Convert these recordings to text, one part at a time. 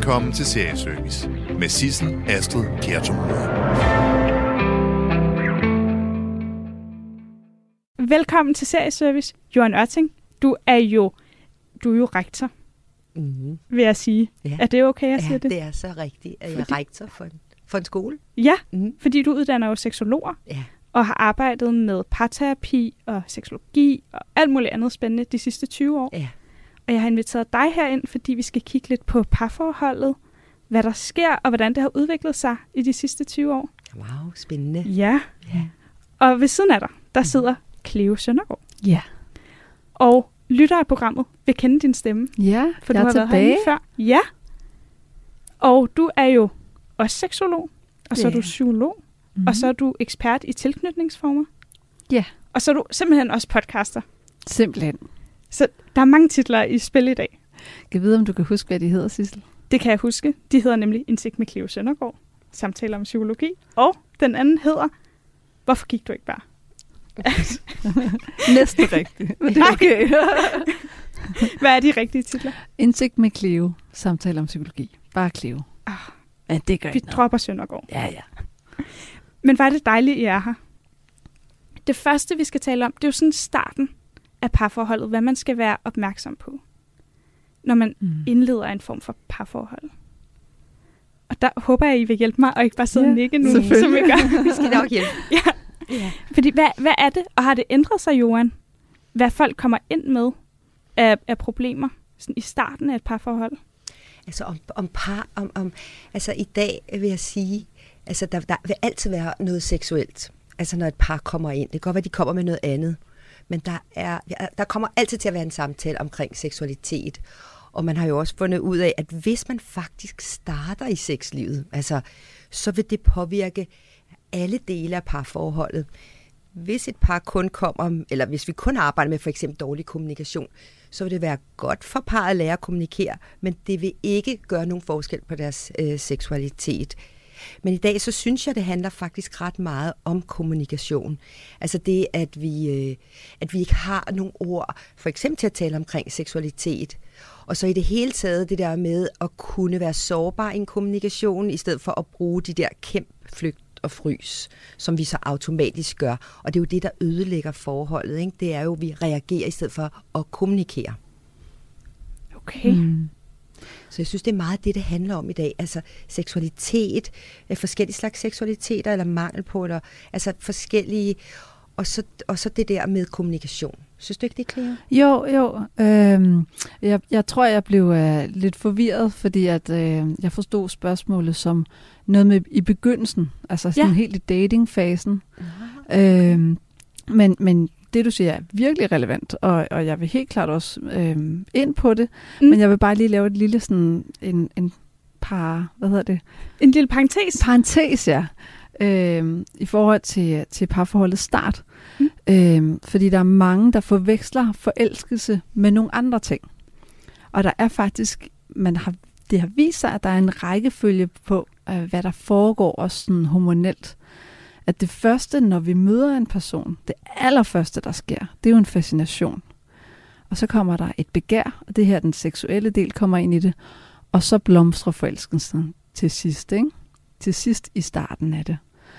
Velkommen til Serieservice med Sissel Astrid Kjertum. Velkommen til Serieservice, Johan Ørting. Du er jo rektor, vil jeg sige. Ja. Er det okay, jeg siger det? Ja, det er så rigtigt, at jeg er rektor for en skole. Ja, fordi du uddanner jo seksologer, og har arbejdet med parterapi og seksologi og alt muligt andet spændende de sidste 20 år. Ja. Og jeg har inviteret dig herind, fordi vi skal kigge lidt på parforholdet, hvad der sker, og hvordan det har udviklet sig i de sidste 20 år. Wow, spændende. Ja. Og ved siden af dig, der sidder Cleo Søndergaard. Ja. Og lytter af programmet vil kende din stemme. Ja, for du har været her før. Ja. Og du er jo også seksolog, og så er du psykolog, og så er du ekspert i tilknytningsformer. Ja. Og så er du simpelthen også podcaster. Simpelthen. Så der er mange titler i spil i dag. Kan vide, om du kan huske, hvad de hedder, Sissel? Det kan jeg huske. De hedder nemlig Indsigt med Cleo Søndergaard, Samtaler om psykologi, og den anden hedder Hvorfor gik du ikke bare? Næsten rigtigt. Men det er okay. Hvad er de rigtige titler? Indsigt med Cleo, Samtaler om psykologi. Bare Cleo. Ja, det gør vi dropper Søndergaard. Ja. Men var det dejligt, I er her. Det første, vi skal tale om, det er jo sådan starten af parforholdet, hvad man skal være opmærksom på, når man indleder en form for parforhold. Og der håber jeg, I vil hjælpe mig, og ikke bare sidde og nikke nu, som vi gør. Vi skal nok hjælpe. Ja. Fordi hvad er det, og har det ændret sig, Johan, hvad folk kommer ind med af problemer sådan i starten af et parforhold? Altså altså i dag vil jeg sige, altså der vil altid være noget seksuelt. Altså når et par kommer ind. Det kan godt være, de kommer med noget andet. Men der kommer altid til at være en samtale omkring seksualitet. Og man har jo også fundet ud af, at hvis man faktisk starter i sexlivet, altså, så vil det påvirke alle dele af parforholdet. Hvis et par kun kommer, eller hvis vi kun arbejder med for eksempel dårlig kommunikation, så vil det være godt for parret at lære at kommunikere, men det vil ikke gøre nogen forskel på deres seksualitet. Men i dag, så synes jeg, det handler faktisk ret meget om kommunikation. Altså det, at vi ikke har nogen ord, for eksempel til at tale omkring seksualitet. Og så i det hele taget, det der med at kunne være sårbar i en kommunikation, i stedet for at bruge de der kæmp, flygt og frys, som vi så automatisk gør. Og det er jo det, der ødelægger forholdet, ikke? Det er jo, at vi reagerer i stedet for at kommunikere. Okay. Så jeg synes, det er meget det handler om i dag. Altså seksualitet, forskellige slags seksualiteter, eller mangel på, eller altså forskellige, og så det der med kommunikation. Synes du ikke, det er Cleo? Jo. Jeg tror, jeg blev lidt forvirret, fordi at jeg forstod spørgsmålet som noget med i begyndelsen, altså sådan helt i datingfasen. Men det, du siger, er virkelig relevant, og jeg vil helt klart også ind på det, men jeg vil bare lige lave et lille sådan en en lille parentes. Parentes, ja. I forhold til parforholdets start. Fordi der er mange, der forveksler forelskelse med nogle andre ting. Og der er faktisk, det har vist sig, at der er en rækkefølge på, hvad der foregår også sådan hormonelt. At det første, når vi møder en person, det allerførste, der sker, det er jo en fascination. Og så kommer der et begær, og det her, den seksuelle del, kommer ind i det. Og så blomstrer forelskelsen til sidst, ikke? Til sidst i starten af det.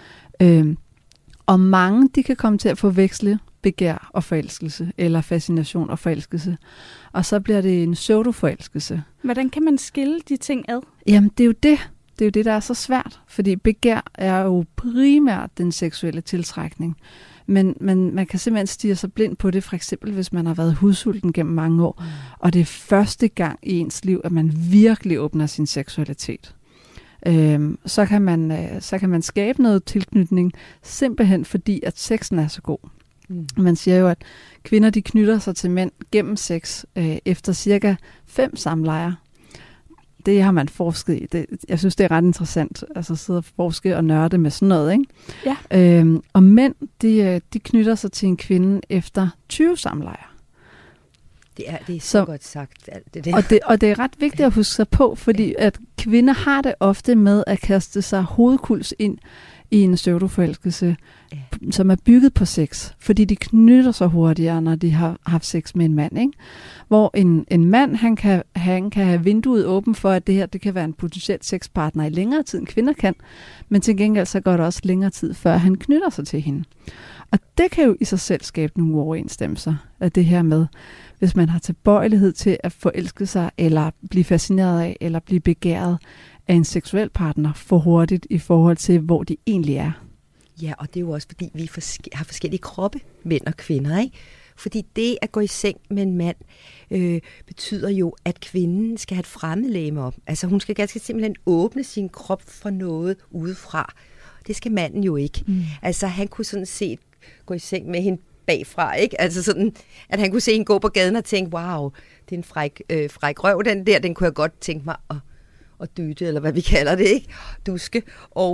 Og mange, de kan komme til at forveksle begær og forelskelse, eller fascination og forelskelse. Og så bliver det en pseudoforelskelse. Hvordan kan man skille de ting ad? Jamen, det er jo det. Det er jo det, der er så svært. Fordi begær er jo primært den seksuelle tiltrækning. Men man kan simpelthen stirre sig blind på det, for eksempel hvis man har været hudsulten gennem mange år. Og det er første gang i ens liv, at man virkelig åbner sin seksualitet. Så kan man skabe noget tilknytning, simpelthen fordi, at sexen er så god. Man siger jo, at kvinder de knytter sig til mænd gennem sex efter cirka 5 samlejer. Det har man forsket i. Jeg synes, det er ret interessant, altså sidde og forske og nørde med sådan noget, ikke? Ja. Og mænd, de knytter sig til en kvinde efter 20 samlejer. Det er så godt sagt. Alt det der. Og det er ret vigtigt at huske sig på, fordi at kvinder har det ofte med at kaste sig hovedkuls ind i en pseudoforelskelse, som er bygget på sex, fordi de knytter sig hurtigere, når de har haft sex med en mand, ikke? Hvor en mand, han han kan have vinduet åbent for, at det her det kan være en potentiel sexpartner i længere tid, end kvinder kan. Men til gengæld så går det også længere tid, før han knytter sig til hende. Og det kan jo i sig selv skabe nogle uoverensstemmelser af det her med, hvis man har tilbøjelighed til at forelske sig, eller blive fascineret af, eller blive begæret af en seksuel partner for hurtigt i forhold til, hvor de egentlig er. Ja, og det er jo også, fordi vi har forskellige kroppe, mænd og kvinder, ikke? Fordi det at gå i seng med en mand betyder jo, at kvinden skal have et fremmedlegeme op. Altså hun skal ganske simpelthen åbne sin krop for noget udefra. Det skal manden jo ikke. Altså han kunne sådan set gå i seng med hende bagfra, ikke? Altså sådan, at han kunne se hende gå på gaden og tænke, wow, det er en fræk røv, den kunne jeg godt tænke mig at dytte, eller hvad vi kalder det, ikke? Duske.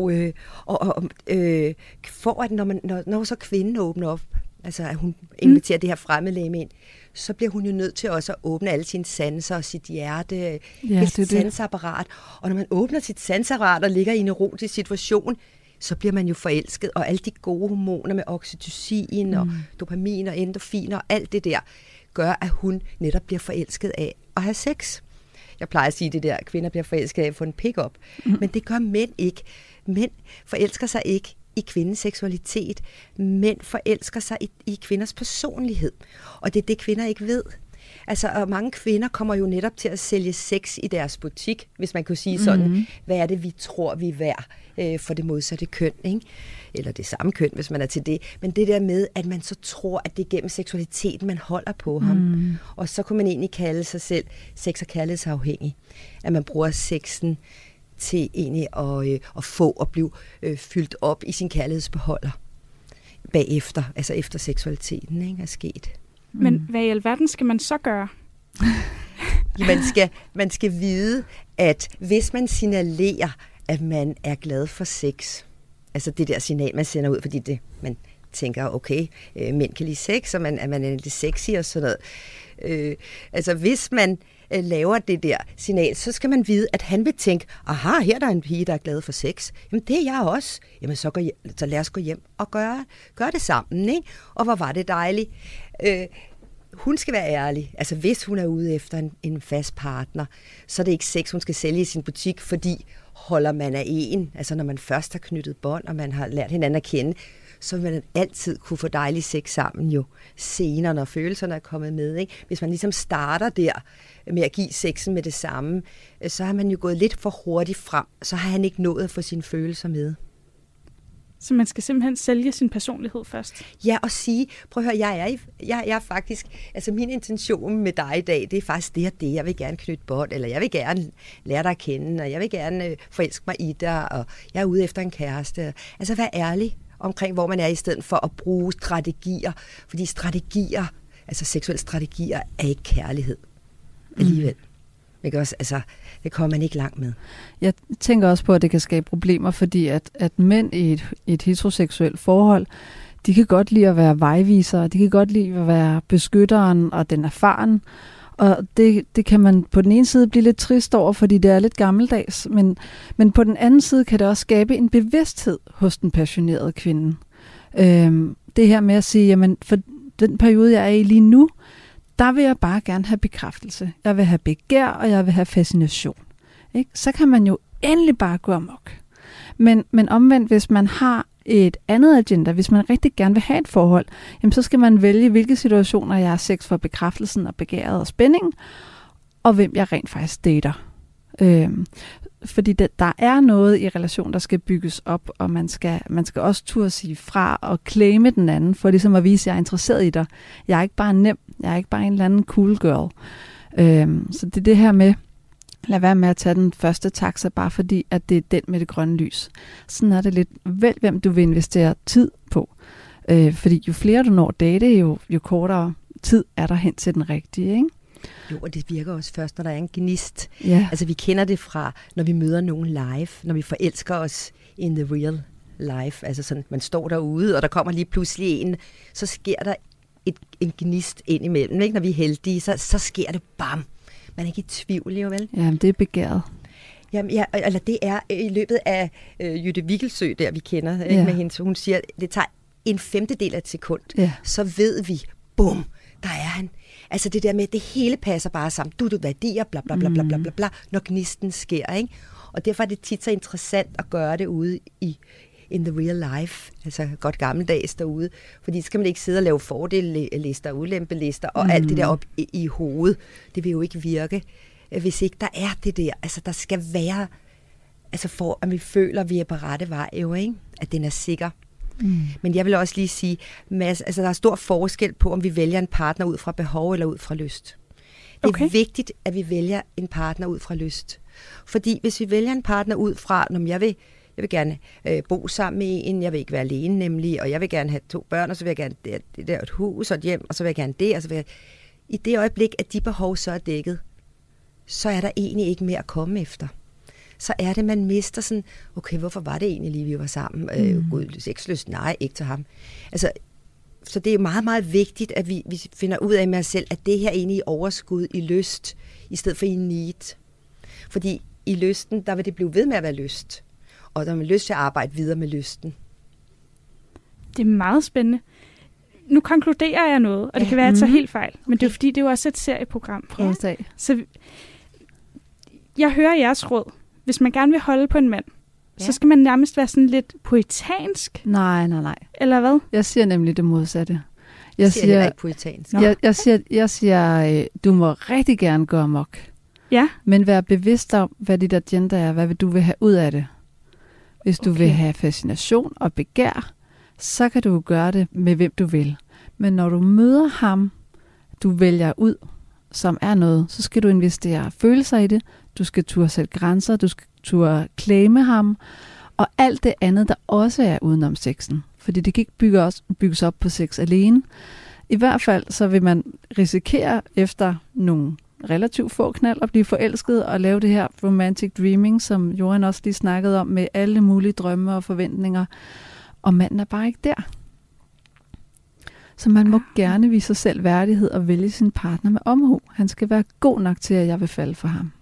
For at når så kvinden åbner op, altså at hun inviterer det her fremmedlegeme ind, så bliver hun jo nødt til også at åbne alle sine sanser og sit hjerte, sit sansapparat. Og når man åbner sit sansapparat og ligger i en erotisk situation, så bliver man jo forelsket, og alle de gode hormoner med oxytocin og dopamin og endorfin og alt det der, gør, at hun netop bliver forelsket af at have sex. Jeg plejer at sige det der, at kvinder bliver forelsket af at få en pick-up. Men det gør mænd ikke. Mænd forelsker sig ikke i kvindens seksualitet. Mænd forelsker sig i kvinders personlighed. Og det er det, kvinder ikke ved. Altså, og mange kvinder kommer jo netop til at sælge sex i deres butik, hvis man kunne sige sådan, hvad er det, vi tror, vi er værd for det modsatte køn, ikke? Eller det samme køn, hvis man er til det. Men det der med, at man så tror, at det er gennem seksualiteten, man holder på ham. Og så kunne man egentlig kalde sig selv sex- og kærlighedsafhængig. At man bruger sexen til egentlig at få og blive fyldt op i sin kærlighedsbeholder bagefter, altså efter seksualiteten, ikke, er sket. Men hvad i alverden skal man så gøre? Man skal vide, at hvis man signalerer, at man er glad for sex, altså det der signal, man sender ud, fordi man tænker, okay, mænd kan lide sex, og man er lidt sexy og sådan noget. Altså hvis man laver det der signal, så skal man vide, at han vil tænke, aha, her er der en pige, der er glad for sex. Jamen det er jeg også. Jamen så lad os gå hjem og gøre det sammen, ikke? Og hvor var det dejligt. Hun skal være ærlig. Altså hvis hun er ude efter en fast partner, så er det ikke sex, hun skal sælge i sin butik, fordi holder man af en, altså når man først har knyttet bånd, og man har lært hinanden at kende, så vil man altid kunne få dejlig sex sammen jo senere, når følelserne er kommet med, ikke? Hvis man ligesom starter der med at give sexen med det samme, så har man jo gået lidt for hurtigt frem, så har han ikke nået at få sine følelser med. Så man skal simpelthen sælge sin personlighed først? Ja, og sige, prøv at høre, jeg er faktisk, altså min intention med dig i dag, det er faktisk det og det. Jeg vil gerne knytte bånd, eller jeg vil gerne lære dig at kende, og jeg vil gerne forelske mig i dig, og jeg er ude efter en kæreste. Altså vær ærlig omkring, hvor man er, i stedet for at bruge strategier. Fordi strategier, altså seksuelle strategier, er ikke kærlighed alligevel. Ikke også? Altså, det kommer man ikke langt med. Jeg tænker også på, at det kan skabe problemer, fordi at mænd i et heteroseksuelt forhold, de kan godt lide at være vejvisere, de kan godt lide at være beskytteren og den erfaren, og det kan man på den ene side blive lidt trist over, fordi det er lidt gammeldags, men på den anden side kan det også skabe en bevidsthed hos den passionerede kvinde. Det her med at sige, jamen for den periode, jeg er i lige nu, der vil jeg bare gerne have bekræftelse. Jeg vil have begær, og jeg vil have fascination. Ikke? Så kan man jo endelig bare gå amok. Men omvendt, hvis man har et andet agenda, hvis man rigtig gerne vil have et forhold, jamen så skal man vælge, hvilke situationer jeg har sex for bekræftelsen og begæret og spændingen, og hvem jeg rent faktisk dater. Fordi der er noget i relation, der skal bygges op, og man skal også turde sige fra og claime den anden, for ligesom at vise, at jeg er interesseret i dig. Jeg er ikke bare nem, jeg er ikke bare en eller anden cool girl. Så det er det her med, lad være med at tage den første taxa, bare fordi, at det er den med det grønne lys. Sådan er det lidt, vælg hvem du vil investere tid på. Fordi jo flere du når date, jo kortere tid er der hen til den rigtige, ikke? Jo, og det virker også først, når der er en gnist. Yeah. Altså, vi kender det fra, når vi møder nogen live, når vi forelsker os in the real life. Altså sådan, man står derude, og der kommer lige pludselig en, så sker der en gnist ind imellem, ikke? Når vi er heldige, så sker det bam. Man er ikke i tvivl, jo vel? Jamen, det er begæret. Jamen, ja, eller det er i løbet af Jytte Vigelsø, der vi kender, ikke, med hende. Hun siger, det tager 1/5 af et sekund, så ved vi, bum, der er han. Altså det der med, at det hele passer bare sammen. Du værdier, bla bla bla bla bla bla bla, når gnisten sker, ikke? Og derfor er det tit så interessant at gøre det ude in the real life, altså godt gammeldags derude, fordi så skal man ikke sidde og lave fordelister, ulempelister og alt det der op i hovedet. Det vil jo ikke virke, hvis ikke der er det der. Altså der skal være, altså for at vi føler, at vi er på rette vej, jo, ikke? At den er sikker. Men jeg vil også lige sige, altså der er stor forskel på, om vi vælger en partner ud fra behov eller ud fra lyst. Det er vigtigt, at vi vælger en partner ud fra lyst. Fordi hvis vi vælger en partner ud fra, når jeg vil gerne bo sammen med en, jeg vil ikke være alene nemlig, og jeg vil gerne have 2 børn, og så vil jeg gerne det der et hus og et hjem, og så vil jeg gerne det, og så vil jeg... I det øjeblik, at de behov så er dækket, så er der egentlig ikke mere at komme efter. Så er det, man mister sådan, okay, hvorfor var det egentlig lige, vi var sammen? Gud, sexlyst, nej, ikke til ham. Altså, så det er meget, meget vigtigt, at vi finder ud af med os selv, at det her egentlig er overskud i lyst, i stedet for i need. Fordi i lysten, der vil det blive ved med at være lyst. Og der er man lyst til at arbejde videre med lysten. Det er meget spændende. Nu konkluderer jeg noget, og det kan være, at jeg tager helt fejl. Men det er jo fordi, det er jo også et serieprogram. Ja. Så jeg hører jeres råd. Hvis man gerne vil holde på en mand, så skal man nærmest være sådan lidt poetansk. Nej. Eller hvad? Jeg siger nemlig det modsatte. Jeg siger ikke poetansk. Jeg siger, du må rigtig gerne gå amok. Ja. Men vær bevidst om, hvad dit agenda er. Hvad vil du vil have ud af det? Hvis du vil have fascination og begær, så kan du gøre det med hvem du vil. Men når du møder ham, du vælger ud, som er noget, så skal du investere følelser i det. Du skal turde sætte grænser, du skal turde claime ham, og alt det andet, der også er udenom sexen. Fordi det kan ikke bygges op på sex alene. I hvert fald så vil man risikere efter nogle relativt få knald at blive forelsket og lave det her romantic dreaming, som Johan også lige snakkede om, med alle mulige drømme og forventninger. Og manden er bare ikke der. Så man må gerne vise sig selv værdighed og vælge sin partner med omhu. Han skal være god nok til, at jeg vil falde for ham.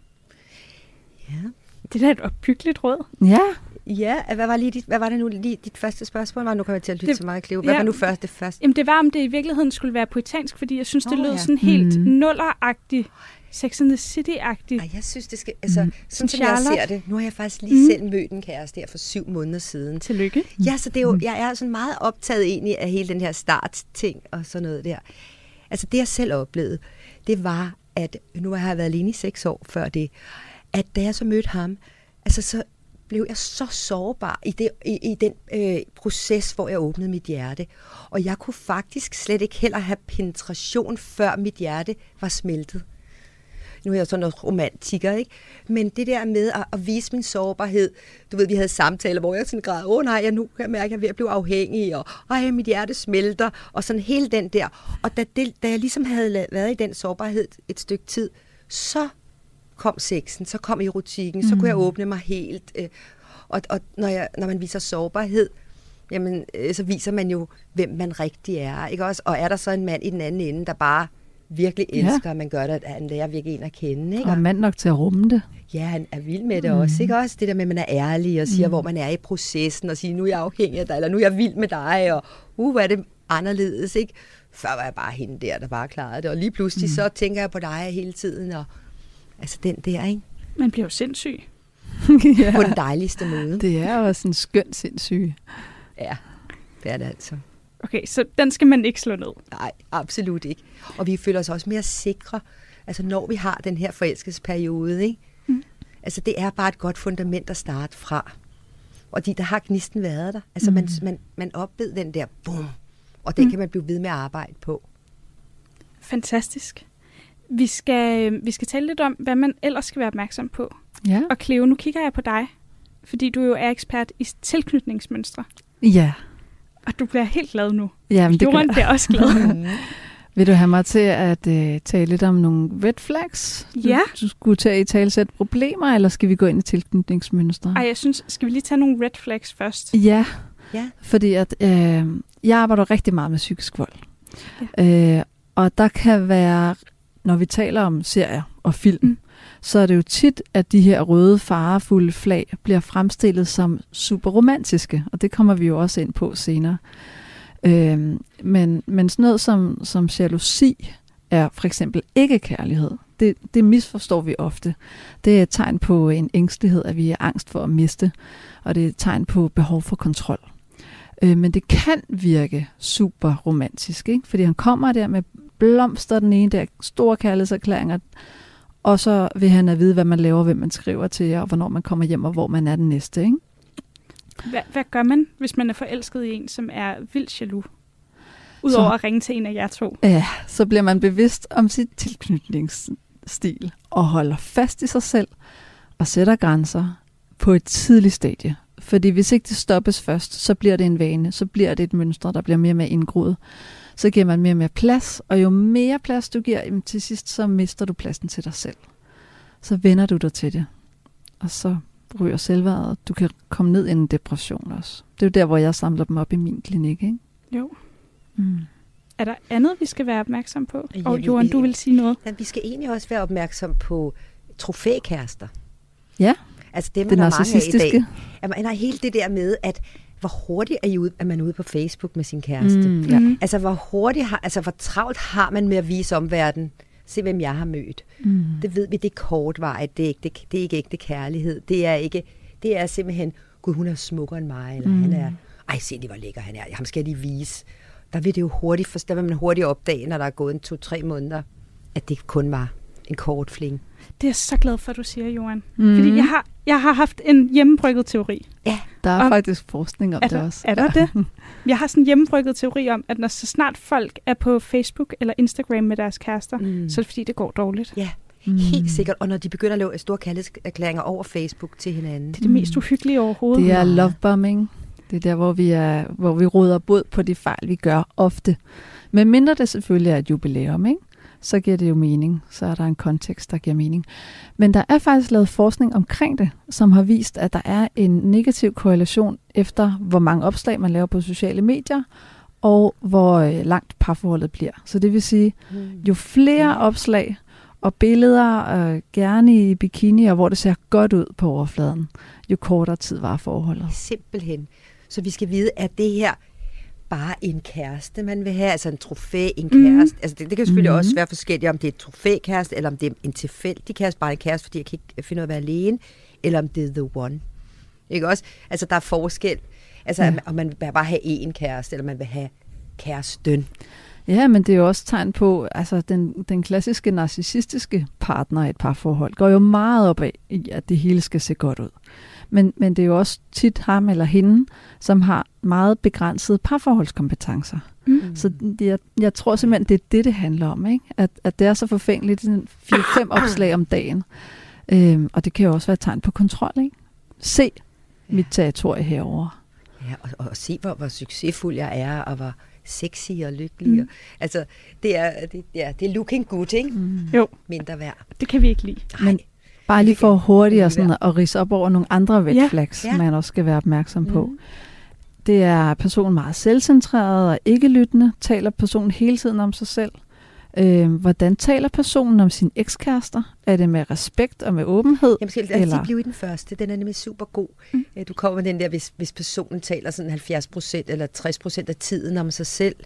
Ja. Det er da et opbyggeligt råd. Ja. Ja, hvad var det nu lige dit første spørgsmål? Nu kommer jeg til at lytte så meget, Cleo. Hvad var nu det første? Jamen det var, om det i virkeligheden skulle være poetansk, fordi jeg synes, det lød sådan helt nulleragtigt. Sex and the City-agtigt. Ej, jeg synes, det skal... Altså, sådan som jeg ser det. Nu har jeg faktisk lige selv mødt en kæreste her for 7 måneder siden. Tillykke. Ja, så det er jo, jeg er sådan meget optaget egentlig af hele den her startting og sådan noget der. Altså det, jeg selv oplevede, det var, at nu har jeg været alene i 6 år før det, at da jeg så mødte ham, altså så blev jeg så sårbar i den proces, hvor jeg åbnede mit hjerte. Og jeg kunne faktisk slet ikke heller have penetration, før mit hjerte var smeltet. Nu er jeg sådan noget romantiker, ikke? Men det der med at vise min sårbarhed, du ved, vi havde samtaler, hvor jeg sådan græd, nej, nu kan jeg mærke, at jeg er ved at blive afhængig, og mit hjerte smelter, og sådan hele den der. Og da jeg ligesom havde været i den sårbarhed et stykke tid, så kom sexen, så kom erotikken, så kunne jeg åbne mig helt. Og når man viser sårbarhed, jamen, så viser man jo, hvem man rigtig er, ikke også? Og er der så en mand i den anden ende, der bare virkelig elsker, at man gør det, at han lærer virkelig en at kende, ikke? Og mand nok til at rumme det. Ja, han er vild med det også, ikke også? Det der med, at man er ærlig og siger, hvor man er i processen, og siger, nu er jeg afhængig af dig, eller nu er jeg vild med dig, og hvor er det anderledes, ikke? Før var jeg bare hende der bare klarede det, og lige pludselig så tænker jeg på dig hele tiden, og altså den der, ikke? Man bliver jo sindssyg. På den dejligste måde. Det er også en skøn sindssyg. Ja, det er det altså. Okay, så den skal man ikke slå ned? Nej, absolut ikke. Og vi føler os også mere sikre, altså når vi har den her forelskelsesperiode, ikke? Altså det er bare et godt fundament at starte fra. Og der har gnisten været der. Altså man oplevede den der bum, og den kan man blive ved med at arbejde på. Fantastisk. Vi skal tale lidt om, hvad man ellers skal være opmærksom på. Ja. Og Cleo, nu kigger jeg på dig, fordi du jo er ekspert i tilknytningsmønstre. Ja. Og du bliver helt glad nu. Jamen, Johan bliver også glad. Vil du have mig til at tale lidt om nogle red flags? Ja. Du skulle tage i talsæt problemer, eller skal vi gå ind i tilknytningsmønstre? Ej, jeg synes, skal vi lige tage nogle red flags først? Ja. Fordi at jeg arbejder rigtig meget med psykisk vold. Ja. Og der kan være, når vi taler om serier og film, så er det jo tit, at de her røde, farefulde flag bliver fremstillet som super romantiske, og det kommer vi jo også ind på senere. Men sådan noget som jalousi er for eksempel ikke kærlighed. Det misforstår vi ofte. Det er et tegn på en ængstelighed, at vi er angst for at miste, og det er et tegn på behov for kontrol. Men det kan virke super romantisk, ikke? Fordi han kommer der med blomster den ene der, store kærlighedserklæringer, og så vil han at vide, hvad man laver, hvem man skriver til, og hvornår man kommer hjem, og hvor man er den næste, ikke? Hvad gør man, hvis man er forelsket i en, som er vildt jaloux? Udover at ringe til en af jer to. Ja, så bliver man bevidst om sit tilknytningsstil, og holder fast i sig selv, og sætter grænser på et tidligt stadie. Fordi hvis ikke det stoppes først, så bliver det en vane, så bliver det et mønster, der bliver mere og mere indgroet. Så giver man mere og mere plads, og jo mere plads du giver, jamen til sidst så mister du pladsen til dig selv. Så vender du dig til det, og så ryger selvværdet. Du kan komme ned i en depression også. Det er jo der, hvor jeg samler dem op i min klinik, ikke? Jo. Er der andet, vi skal være opmærksom på? Og Johan, du vil sige noget? Ja, vi skal egentlig også være opmærksom på trofækærester. Ja, altså dem, det der er mange af i dag. Jamen, helt det der med, at hvor hurtigt er man ude på Facebook med sin kæreste. Altså, hvor travlt har man med at vise omverdenen, se hvem jeg har mødt. Det ved vi, det er kortvarigt, det er ikke ægte kærlighed. Det er simpelthen, gud, hun er smukkere end mig, eller han er, ej, se det, hvor lækker han er, ham skal jeg lige vise. Der vil man hurtigt opdage, når der er gået 2-3 måneder, at det kun var en kort fling. Det er jeg så glad for, at du siger, Johan. Fordi jeg har haft en hjemmebrygget teori. Ja, der er faktisk forskning om det også. Er der det? Jeg har sådan en hjemmebrygget teori om, at når så snart folk er på Facebook eller Instagram med deres kærester, så er det fordi, det går dårligt. Ja, helt sikkert. Og når de begynder at lave store kærlighedserklæringer over Facebook til hinanden. Det er det mest uhyggelige overhovedet. Det er lovebombing. Det er der, hvor vi råder bod på de fejl, vi gør ofte. Men mindre det selvfølgelig er et jubilæum, ikke? Så giver det jo mening. Så er der en kontekst, der giver mening. Men der er faktisk lavet forskning omkring det, som har vist, at der er en negativ korrelation efter, hvor mange opslag man laver på sociale medier, og hvor langt parforholdet bliver. Så det vil sige, jo flere opslag og billeder, gerne i bikini, og hvor det ser godt ud på overfladen, jo kortere tid var forholdet. Simpelthen. Så vi skal vide, at det her bare en kæreste, man vil have, altså en trofæ, en kæreste. Altså det kan selvfølgelig også være forskelligt, om det er et trofækæreste, eller om det er en tilfældig kæreste, bare en kæreste, fordi jeg kan ikke finde ud af at være alene, eller om det er the one. Ikke også? Altså der er forskel. Altså om man vil bare have én kæreste, eller man vil have kæresten. Ja, men det er jo også tegn på, altså den klassiske narcissistiske partner i et parforhold går jo meget op af, at det hele skal se godt ud. Men det er jo også tit ham eller hende, som har meget begrænsede parforholdskompetencer. Så jeg tror simpelthen, det er det handler om, ikke? At det er så forfængeligt, 4-5 opslag om dagen. Og det kan jo også være et tegn på kontrol, ikke? Se mit territorie herovre. Ja, og se, hvor succesfuld jeg er, og hvor sexy og lykkelig. Altså, det er looking good, ikke? Jo. Mindre værd. Det kan vi ikke lide. Men bare lige for hurtigt sådan at ridse op over nogle andre red flags, man også skal være opmærksom på. Det er personen meget selvcentreret og ikke lyttende. Taler personen hele tiden om sig selv? Hvordan taler personen om sine ekskærester? Er det med respekt og med åbenhed? Jamen, skal jeg blive i den første. Den er nemlig super god. Du kommer med den der, hvis personen taler sådan 70% eller 60% af tiden om sig selv.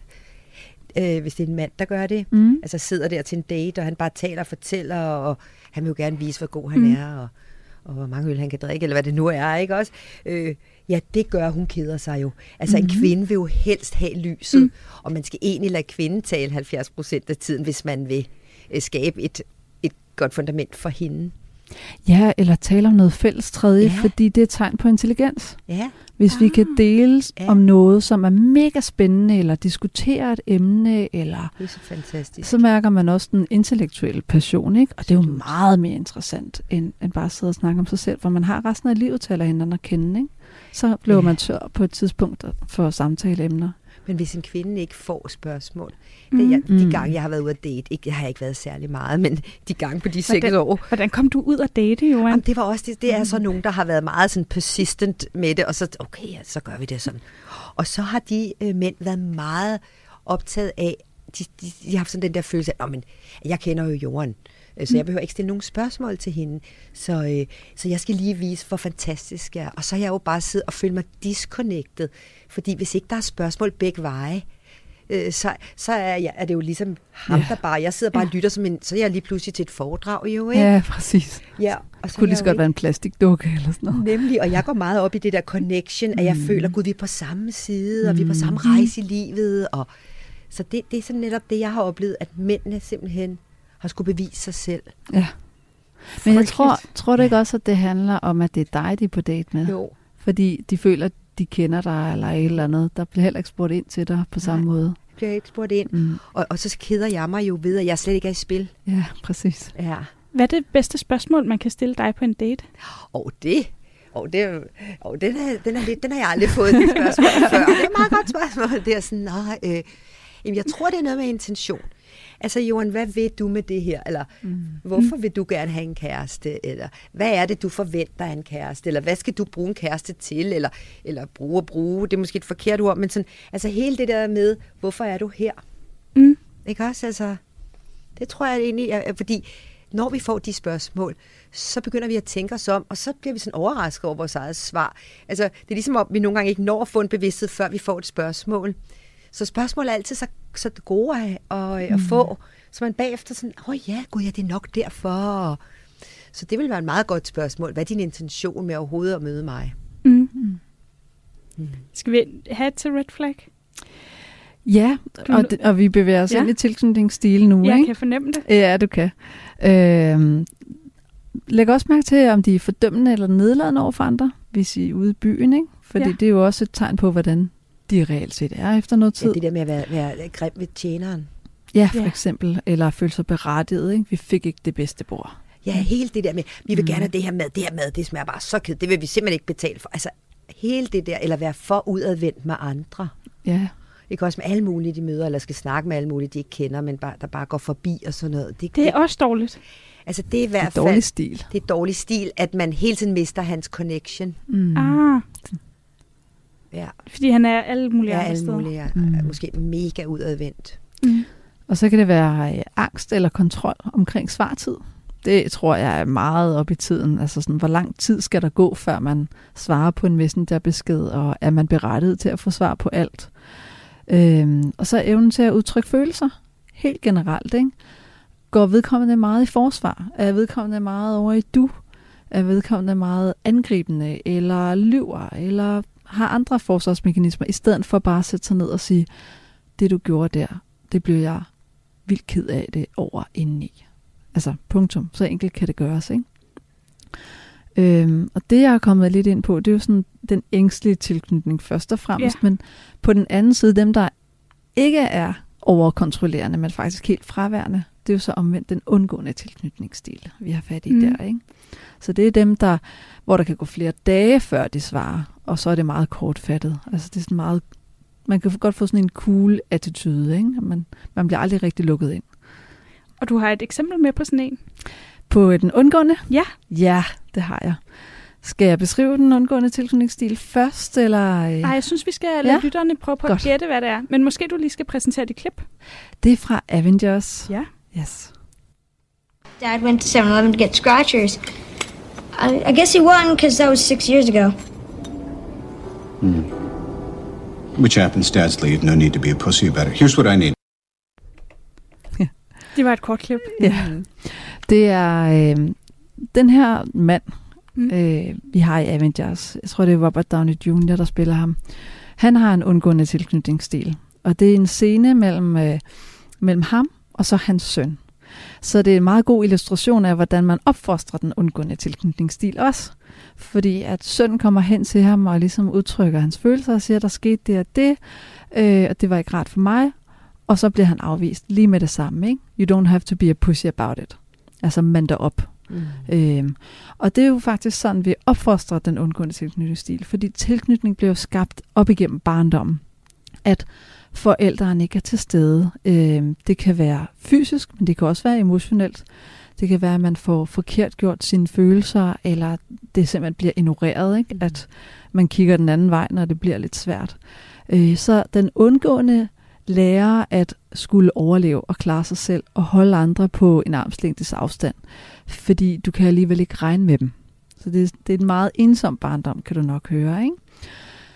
Hvis det er en mand, der gør det. Altså sidder der til en date, og han bare taler og fortæller, og han vil jo gerne vise, hvor god han er, og hvor mange øl han kan drikke, eller hvad det nu er, ikke også? Ja, det gør, hun keder sig jo. Altså en kvinde vil jo helst have lyset, og man skal egentlig lade kvinden tale 70% af tiden, hvis man vil skabe et godt fundament for hende. Ja, eller tale om noget fælles tredje, fordi det er et tegn på intelligens. Ja. Hvis vi kan dele om noget, som er mega spændende, eller diskutere et emne, eller det er så fantastisk. Så mærker man også den intellektuelle passion, ikke? Og det er jo meget mere interessant, end bare at sidde og snakke om sig selv, hvor man har resten af livet til at lade hinanden at kende, ikke? Så bliver man tør på et tidspunkt for samtaleemner. Men hvis en kvinde ikke får spørgsmål, de gange, jeg har været ude at date, det har jeg ikke været særlig meget, men de gange på de 6 år. Hvordan kom du ud at date, Johan? Jamen, det var også det er så nogen, der har været meget sådan persistent med det, og så, okay, så gør vi det sådan. Og så har de mænd været meget optaget af, de har haft sådan den der følelse af, men jeg kender jo Johan, så jeg behøver ikke stille nogen spørgsmål til hende. Så jeg skal lige vise, hvor fantastisk jeg er. Og så har jeg jo bare siddet og følt mig disconnected. Fordi hvis ikke der er spørgsmål begge veje, så er det jo ligesom ham, der bare... Jeg sidder bare og lytter så er jeg lige pludselig til et foredrag jo, ikke? Ja, præcis. Ja, og så kunne det så godt være en plastikdukke eller sådan noget. Nemlig, og jeg går meget op i det der connection, at jeg føler, gud, vi er på samme side, og vi er på samme rejse i livet. Og, så det er sådan netop det, jeg har oplevet, at mændene simpelthen har skulle bevise sig selv. Ja. Men jeg tror du ikke også, at det handler om, at det er dig, de er på date med? Jo. Fordi de føler, at de kender dig, eller et eller andet. Der bliver heller ikke spurgt ind til dig på samme måde. Bliver ikke spurgt ind. Og så keder jeg mig jo ved, at jeg slet ikke er i spil. Ja, præcis. Ja. Hvad er det bedste spørgsmål, man kan stille dig på en date? Den har jeg aldrig fået et spørgsmål før. Det er et meget godt spørgsmål. Det er sådan, jamen, jeg tror, det er noget med intention. Altså, Johan, hvad vil du med det her? Eller, hvorfor vil du gerne have en kæreste? Eller, hvad er det, du forventer af en kæreste? Eller, hvad skal du bruge en kæreste til? Eller bruge, det er måske et forkert ord, men sådan, altså hele det der med, hvorfor er du her? Ikke også? Altså, det tror jeg egentlig er, fordi når vi får de spørgsmål, så begynder vi at tænke os om, og så bliver vi sådan overrasket over vores eget svar. Altså, det er ligesom, om vi nogle gange ikke når at få en bevidsthed, før vi får et spørgsmål. Så spørgsmål er altid så gode at få, så man bagefter sådan, det er nok derfor. Så det vil være et meget godt spørgsmål. Hvad er din intention med overhovedet at møde mig? Skal vi have et til red flag? Ja, og vi bevæger os ind i tilknytningsstil nu, ikke? Jeg kan fornemme det. Ja, du kan. Læg også mærke til, om de er fordømmende eller nedladende over for andre, hvis I er ude i byen, ikke? Fordi det er jo også et tegn på, hvordan de reelt set er efter noget tid. Ja, det der med at være grim ved tjeneren. Ja, for eksempel. Eller føle sig berettiget, ikke? Vi fik ikke det bedste bord. Ja, hele det der med, vi vil gerne have det her mad, det smager bare så kedeligt. Det vil vi simpelthen ikke betale for. Altså, hele det der, eller være for udadvendt med andre. Ja. Ikke også med alle mulige, de møder, eller skal snakke med alle mulige, de ikke kender, men der bare går forbi og sådan noget. Det er også dårligt. Altså, det er i hvert fald... dårlig stil. Det er dårlig stil, at man hele tiden mister hans connection. Ja. Fordi han er alle mulige andre steder. Ja, alle mulige. Måske mega udadvendt. Og så kan det være angst eller kontrol omkring svartid. Det tror jeg er meget op i tiden. Altså sådan, hvor lang tid skal der gå, før man svarer på en Messenger-besked, og er man berettiget til at få svar på alt? Og så evnen til at udtrykke følelser, helt generelt, ikke? Går vedkommende meget i forsvar? Er vedkommende meget over i du? Er vedkommende meget angribende, eller lyver, eller har andre forsvarsmekanismer, i stedet for bare at sætte sig ned og sige, det du gjorde der, det blev jeg vildt ked af det over indeni. Altså, punktum. Så enkelt kan det gøres, ikke? Og det, jeg er kommet lidt ind på, det er jo sådan den ængstlige tilknytning først og fremmest, men på den anden side, dem, der ikke er overkontrollerende, men faktisk helt fraværende, det er jo så omvendt den undgående tilknytningsstil, vi har fat i der, ikke? Så det er dem, hvor der kan gå flere dage, før de svarer, og så er det meget kortfattet. Altså, det er sådan meget, man kan godt få sådan en cool attitude, ikke? Man bliver aldrig rigtig lukket ind. Og du har et eksempel med på sådan en? På den undgående? Ja. Ja, det har jeg. Skal jeg beskrive den undgående tilknytningsstil først, eller? Nej, jeg synes, vi skal lade lytterne prøve på at gætte, hvad det er. Men måske du lige skal præsentere dit klip. Det er fra Avengers. Ja. Yes. Dad went to 7-Eleven to get scratchers. I guess he won because that was 6 years ago. Which happens, dads leave. No need to be a pussy about it. Here's what I need. Det var et kort klip. Ja. Det er den her mand, vi har i Avengers. Jeg tror, det er Robert Downey Jr., der spiller ham. Han har en undgående tilknytningsstil. Og det er en scene mellem ham og så hans søn. Så det er en meget god illustration af, hvordan man opfostrer den undgående tilknytningsstil også. Fordi at sønnen kommer hen til ham og ligesom udtrykker hans følelser og siger, der skete det og det, og det var ikke rart for mig. Og så bliver han afvist lige med det samme, ikke? You don't have to be a pussy about it. Altså mand dig op. Og det er jo faktisk sådan, vi opfostrer den undgående tilknytningsstil, fordi tilknytning bliver skabt op igennem barndommen. At forældrene ikke er til stede. Det kan være fysisk, men det kan også være emotionelt. Det kan være, at man får forkert gjort sine følelser, eller det simpelthen bliver ignoreret, ikke? At man kigger den anden vej, når det bliver lidt svært. Så den undgående lærer at skulle overleve og klare sig selv og holde andre på en armslængdes afstand, fordi du kan alligevel ikke regne med dem. Så det er en meget ensom barndom, kan du nok høre, ikke?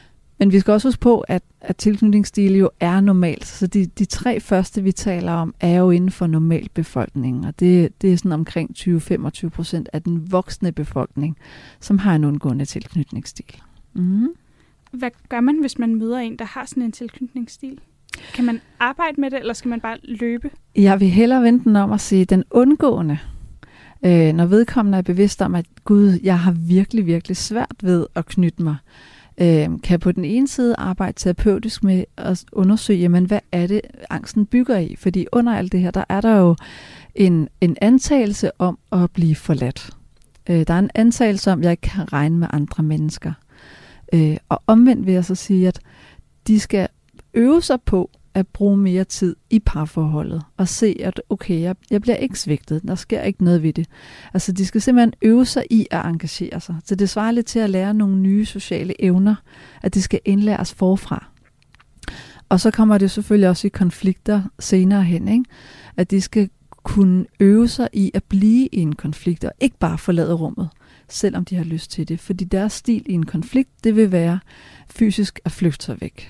Men vi skal også huske på, at tilknytningsstil jo er normalt. Så de 3 første, vi taler om, er jo inden for normal befolkning. Og det er sådan omkring 20-25% af den voksne befolkning, som har en undgående tilknytningsstil. Mm. Hvad gør man, hvis man møder en, der har sådan en tilknytningsstil? Kan man arbejde med det, eller skal man bare løbe? Jeg vil hellere vente den om at sige, den undgående, når vedkommende er bevidst om, at Gud, jeg har virkelig, virkelig svært ved at knytte mig, kan på den ene side arbejde terapeutisk med at undersøge, jamen, hvad er det, angsten bygger i? Fordi under alt det her, der er der jo en antagelse om at blive forladt. Der er en antagelse om, at jeg ikke kan regne med andre mennesker. Og omvendt vil jeg så sige, at de skal øve sig på at bruge mere tid i parforholdet og se, at okay, jeg bliver ikke svigtet, der sker ikke noget ved det. Altså, de skal simpelthen øve sig i at engagere sig. Så det svarer lidt til at lære nogle nye sociale evner, at det skal indlæres forfra. Og så kommer det selvfølgelig også i konflikter senere hen, ikke? At de skal kunne øve sig i at blive i en konflikt og ikke bare forlade rummet, selvom de har lyst til det. Fordi deres stil i en konflikt, det vil være fysisk at flygte sig væk.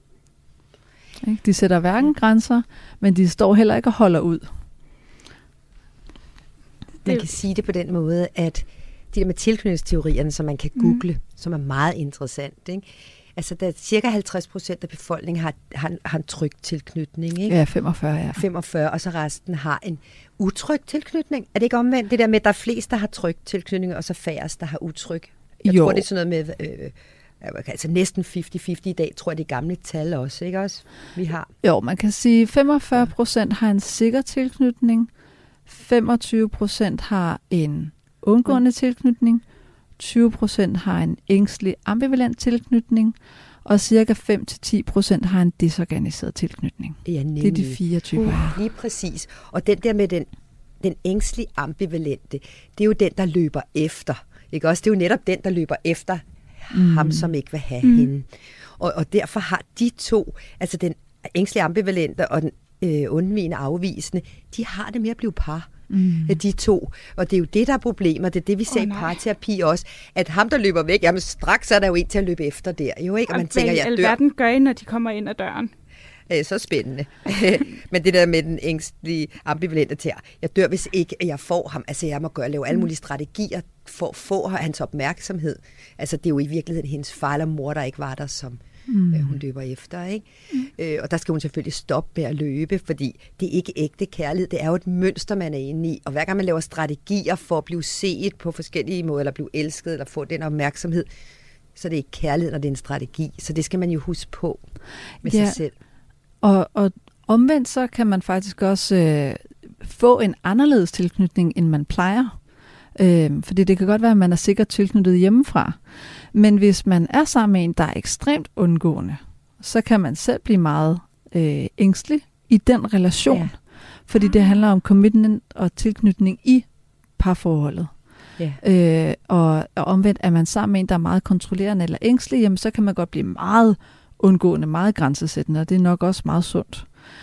De sætter hverken grænser, men de står heller ikke og holder ud. Man kan sige det på den måde, at de der med tilknytningsteorierne, som man kan google, som er meget interessant, ikke? Altså, der er cirka 50% af befolkningen har en tryg tilknytning, ikke? Ja, 45, ja. 45, og så resten har en utryg tilknytning. Er det ikke omvendt? Det der med, at der er flest, der har tryg tilknytning, og så færrest, der har utryg. Jeg tror, det er sådan noget med... altså næsten 50-50 i dag, tror jeg, det er gamle tal også, ikke også? Vi har. Jo, man kan sige, 45% har en sikker tilknytning, 25% har en undgående tilknytning, 20% har en ængstelig ambivalent tilknytning, og cirka 5-10% har en desorganiseret tilknytning. Ja, det er de 4 typer. Lige præcis. Og den der med den ængstlige ambivalente, det er jo den, der løber efter. Ikke også? Det er jo netop den, der løber efter ham, som ikke vil have hende. Og derfor har de to, altså den ængstlige ambivalente og den undvigende afvisende, de har det med at blive par. De to. Og det er jo det, der er problemer. Det er det, vi ser i parterapi også. At ham, der løber væk, jamen straks er der jo en til at løbe efter der. Jo, ikke? Og man tænker, jeg dør. Hvad i alverden gør I, når de kommer ind ad døren? Så spændende. Men det der med den ængstlige ambivalente til, jeg dør, hvis ikke jeg får ham. Altså, jeg må lave alle mulige strategier for at få hans opmærksomhed. Altså, det er jo i virkeligheden hendes far eller mor, der ikke var der, som hun løber efter, ikke? Og der skal hun selvfølgelig stoppe med at løbe, fordi det er ikke ægte kærlighed. Det er jo et mønster, man er inde i. Og hver gang man laver strategier for at blive set på forskellige måder, eller blive elsket, eller få den opmærksomhed, så det er ikke kærlighed, når det er en strategi. Så det skal man jo huske på med sig selv. Og omvendt så kan man faktisk også få en anderledes tilknytning, end man plejer. Fordi det kan godt være, at man er sikkert tilknyttet hjemmefra. Men hvis man er sammen med en, der er ekstremt undgående, så kan man selv blive meget ængstelig i den relation. Ja. Fordi det handler om commitment og tilknytning i parforholdet. Ja. Og omvendt er man sammen med en, der er meget kontrollerende eller ængstelig, jamen, så kan man godt blive meget undgående, meget grænsesættende, og det er nok også meget sundt.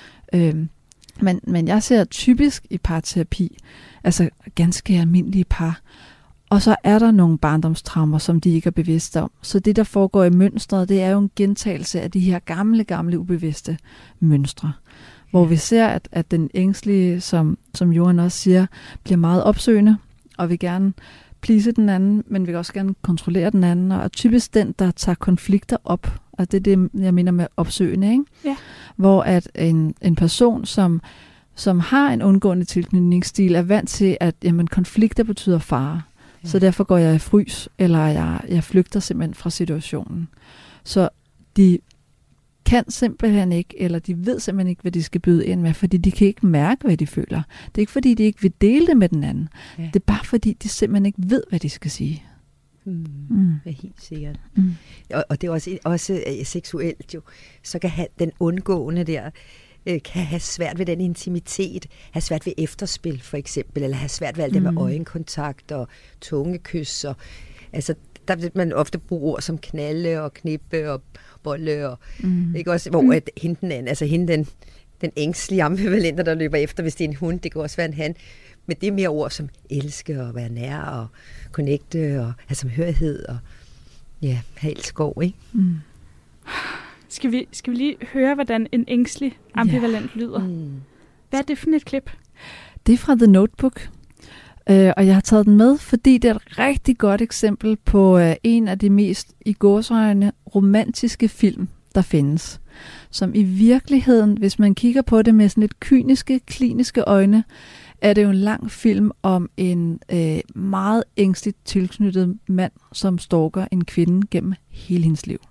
Men jeg ser typisk i parterapi, altså ganske almindelige par, og så er der nogle barndomstraumer, som de ikke er bevidste om. Så det, der foregår i mønstret, det er jo en gentagelse af de her gamle ubevidste mønstre. Hvor vi ser, at den ængstlige, som Johan også siger, bliver meget opsøgende, og vil gerne please den anden, men vil også gerne kontrollere den anden, og er typisk den, der tager konflikter op. Og det er det, jeg mener med opsøgende, ikke? Ja. Hvor at en person, som har en undgående tilknytningsstil, er vant til, at jamen, konflikter betyder fare. Ja. Så derfor går jeg i frys, eller jeg flygter simpelthen fra situationen. Så de kan simpelthen ikke, eller de ved simpelthen ikke, hvad de skal byde ind med, fordi de kan ikke mærke, hvad de føler. Det er ikke, fordi de ikke vil dele det med den anden. Ja. Det er bare, fordi de simpelthen ikke ved, hvad de skal sige. Det er helt sikkert. Og det er også seksuelt jo, så kan have den undgående der, kan have svært ved den intimitet, have svært ved efterspil for eksempel, eller have svært ved alt det med øjenkontakt og tungekys. Og, altså, der vil man ofte bruge ord som knalde og knippe og bolle. Og, ikke også, hvor at hende den anden, altså hende den ængstlige ambivalente, der løber efter, hvis det er en hund, det kan også være en han. Men det er mere ord som elske og være nær og connecte og have samhørighed og ja, have elskov, ikke? Skal vi lige høre, hvordan en ængstelig ambivalent lyder? Hvad er det for et klip? Det er fra The Notebook, og jeg har taget den med, fordi det er et rigtig godt eksempel på en af de mest i gåseøjne romantiske film, der findes. Som i virkeligheden, hvis man kigger på det med sådan lidt kyniske, kliniske øjne, er det jo en lang film om en meget ængstligt tilknyttet mand, som stalker en kvinde gennem hele hendes liv.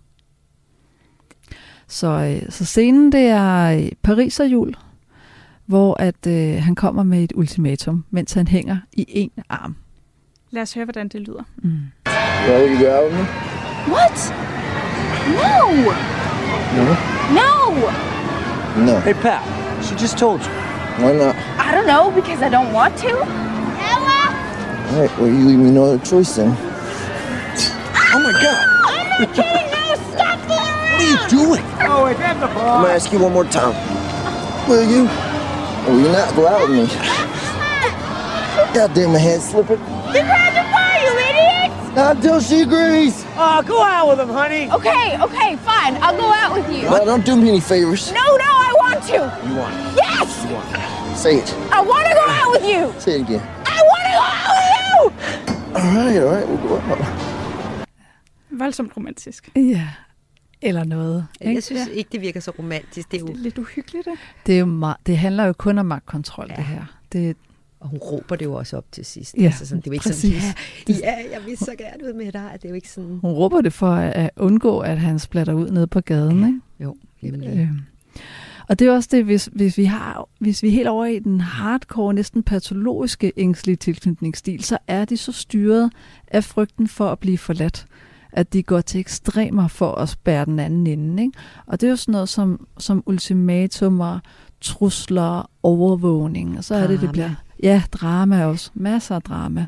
Så scenen, det er Pariserjul, hvor at han kommer med et ultimatum, mens han hænger i en arm. Lad os høre, hvordan det lyder. Well, you go out with me? What? No! No? No! No. Hey, Pat, she just told you. Why not? I don't know, because I don't want to. Ella! All right, well, you leave me no other choice then. Oh, my God. I'm not kidding! No, stop fooling around! What are you doing? Oh, wait, grab the ball. I'm gonna ask you one more time. Will you? Or will you not go out with me? God damn, my hand's slipping. You grabbed the bar, you idiot! Not until she agrees. Oh, go out with him, honey. Okay, fine. I'll go out with you. No, don't do me any favors. No, I want to. You want it? Yes! You want it? Say it. I want to go out with you. Say it again. I want to go out with you! All right, we'll go out. Voldsomt romantisk. Ja, eller noget. Jeg synes ikke, det virker så romantisk. Det er jo Det er lidt uhyggeligt, ikke? Det er jo det handler jo kun om magtkontrol, det her. Og hun råber det jo også op til sidst. Ja, Altså sådan, det er jo ikke præcis. sådan, jeg vil så gerne ud med dig. Det er jo ikke sådan... Hun råber det for at undgå, at han splatter ud nede på gaden, ikke? Jo, nemlig. Og det er også det, hvis vi er helt over i den hardcore, næsten patologiske ængstlige tilknytningsstil, så er de så styret af frygten for at blive forladt, at de går til ekstremer for at spærre den anden inde, ikke? Og det er jo sådan noget som ultimatumer, trusler, overvågning, og så er det bliver... Ja, drama også. Masser af drama.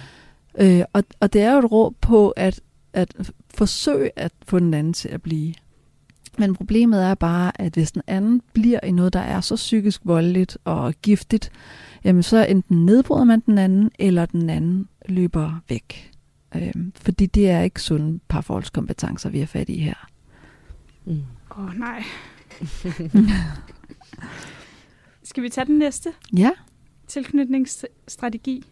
Og det er jo et råb på at forsøge at få den anden til at blive. Men problemet er bare, at hvis den anden bliver i noget, der er så psykisk voldeligt og giftigt, jamen så enten nedbryder man den anden, eller den anden løber væk. Fordi det er ikke sunde parforholdskompetencer, vi har fat i her. Nej. Skal vi tage den næste? Ja. Tilknytningsstrategi.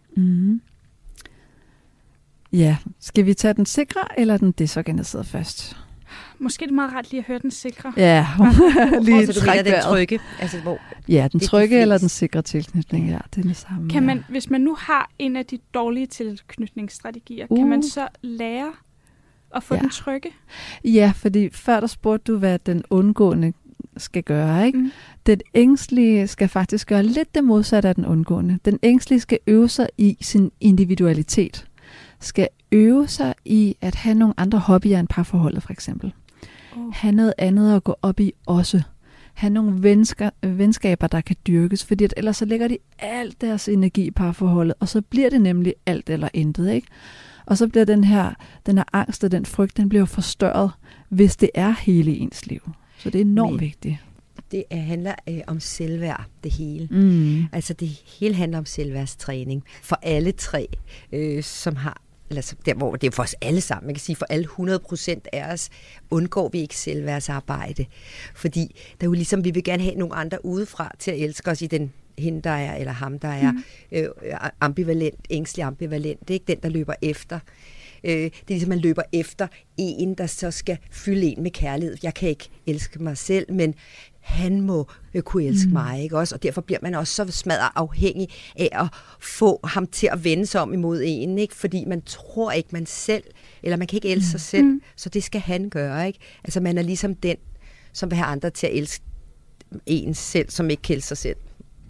Ja, skal vi tage den sikre eller den desorganiserede først? Måske er det meget ret lige at høre den sikre. Ja, lige så du mener den trygge? Altså, hvor ja, den trygge eller den sikre tilknytning, ja, det er det samme. Kan man, hvis man nu har en af de dårlige tilknytningsstrategier, kan man så lære at få den trygge? Ja, fordi før der spurgte du, hvad den undgående skal gøre, ikke? Den ængstlige skal faktisk gøre lidt det modsatte af den undgående. Den ængstlige skal øve sig i sin individualitet. Skal øve sig i at have nogle andre hobbyer end parforholdet, for eksempel. Have noget andet at gå op i også. Have nogle venskaber, der kan dyrkes, fordi at ellers så lægger de alt deres energi i parforholdet, og så bliver det nemlig alt eller intet, ikke? Og så bliver den her angst og den frygt, den bliver forstørret, hvis det er hele ens liv. Så det er enormt vigtigt. Det handler om selvværd, det hele. Altså det hele handler om selvværdstræning for alle tre, som har, altså der hvor det er for os alle sammen, man kan sige for alle 100% af os, undgår vi ikke selvværdsarbejde. Fordi der er jo ligesom, vi vil gerne have nogle andre udefra til at elske os i den hende, der er, eller ham, der er ambivalent, ængstelig ambivalent. Det er ikke den, der løber efter. Det er ligesom, man løber efter en, der så skal fylde en med kærlighed. Jeg kan ikke elske mig selv, men han må kunne elske mig, ikke også? Og derfor bliver man også så smadret afhængig af at få ham til at vende sig om imod en, ikke? Fordi man tror ikke, man selv, eller man kan ikke elske sig selv, så det skal han gøre, ikke? Altså, man er ligesom den, som vil have andre til at elske en selv, som ikke kan elske sig selv.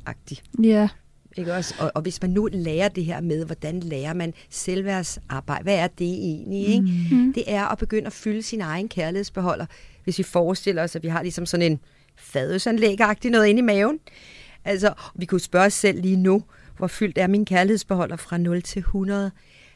Ja. Ikke også? Og hvis man nu lærer det her med, hvordan lærer man selvværdsarbejde, hvad er det egentlig? Ikke? Det er at begynde at fylde sin egen kærlighedsbeholder. Hvis vi forestiller os, at vi har ligesom sådan en fadelsanlæg-agtig noget inde i maven. Altså, vi kunne spørge os selv lige nu, hvor fyldt er min kærlighedsbeholder fra 0 til 100?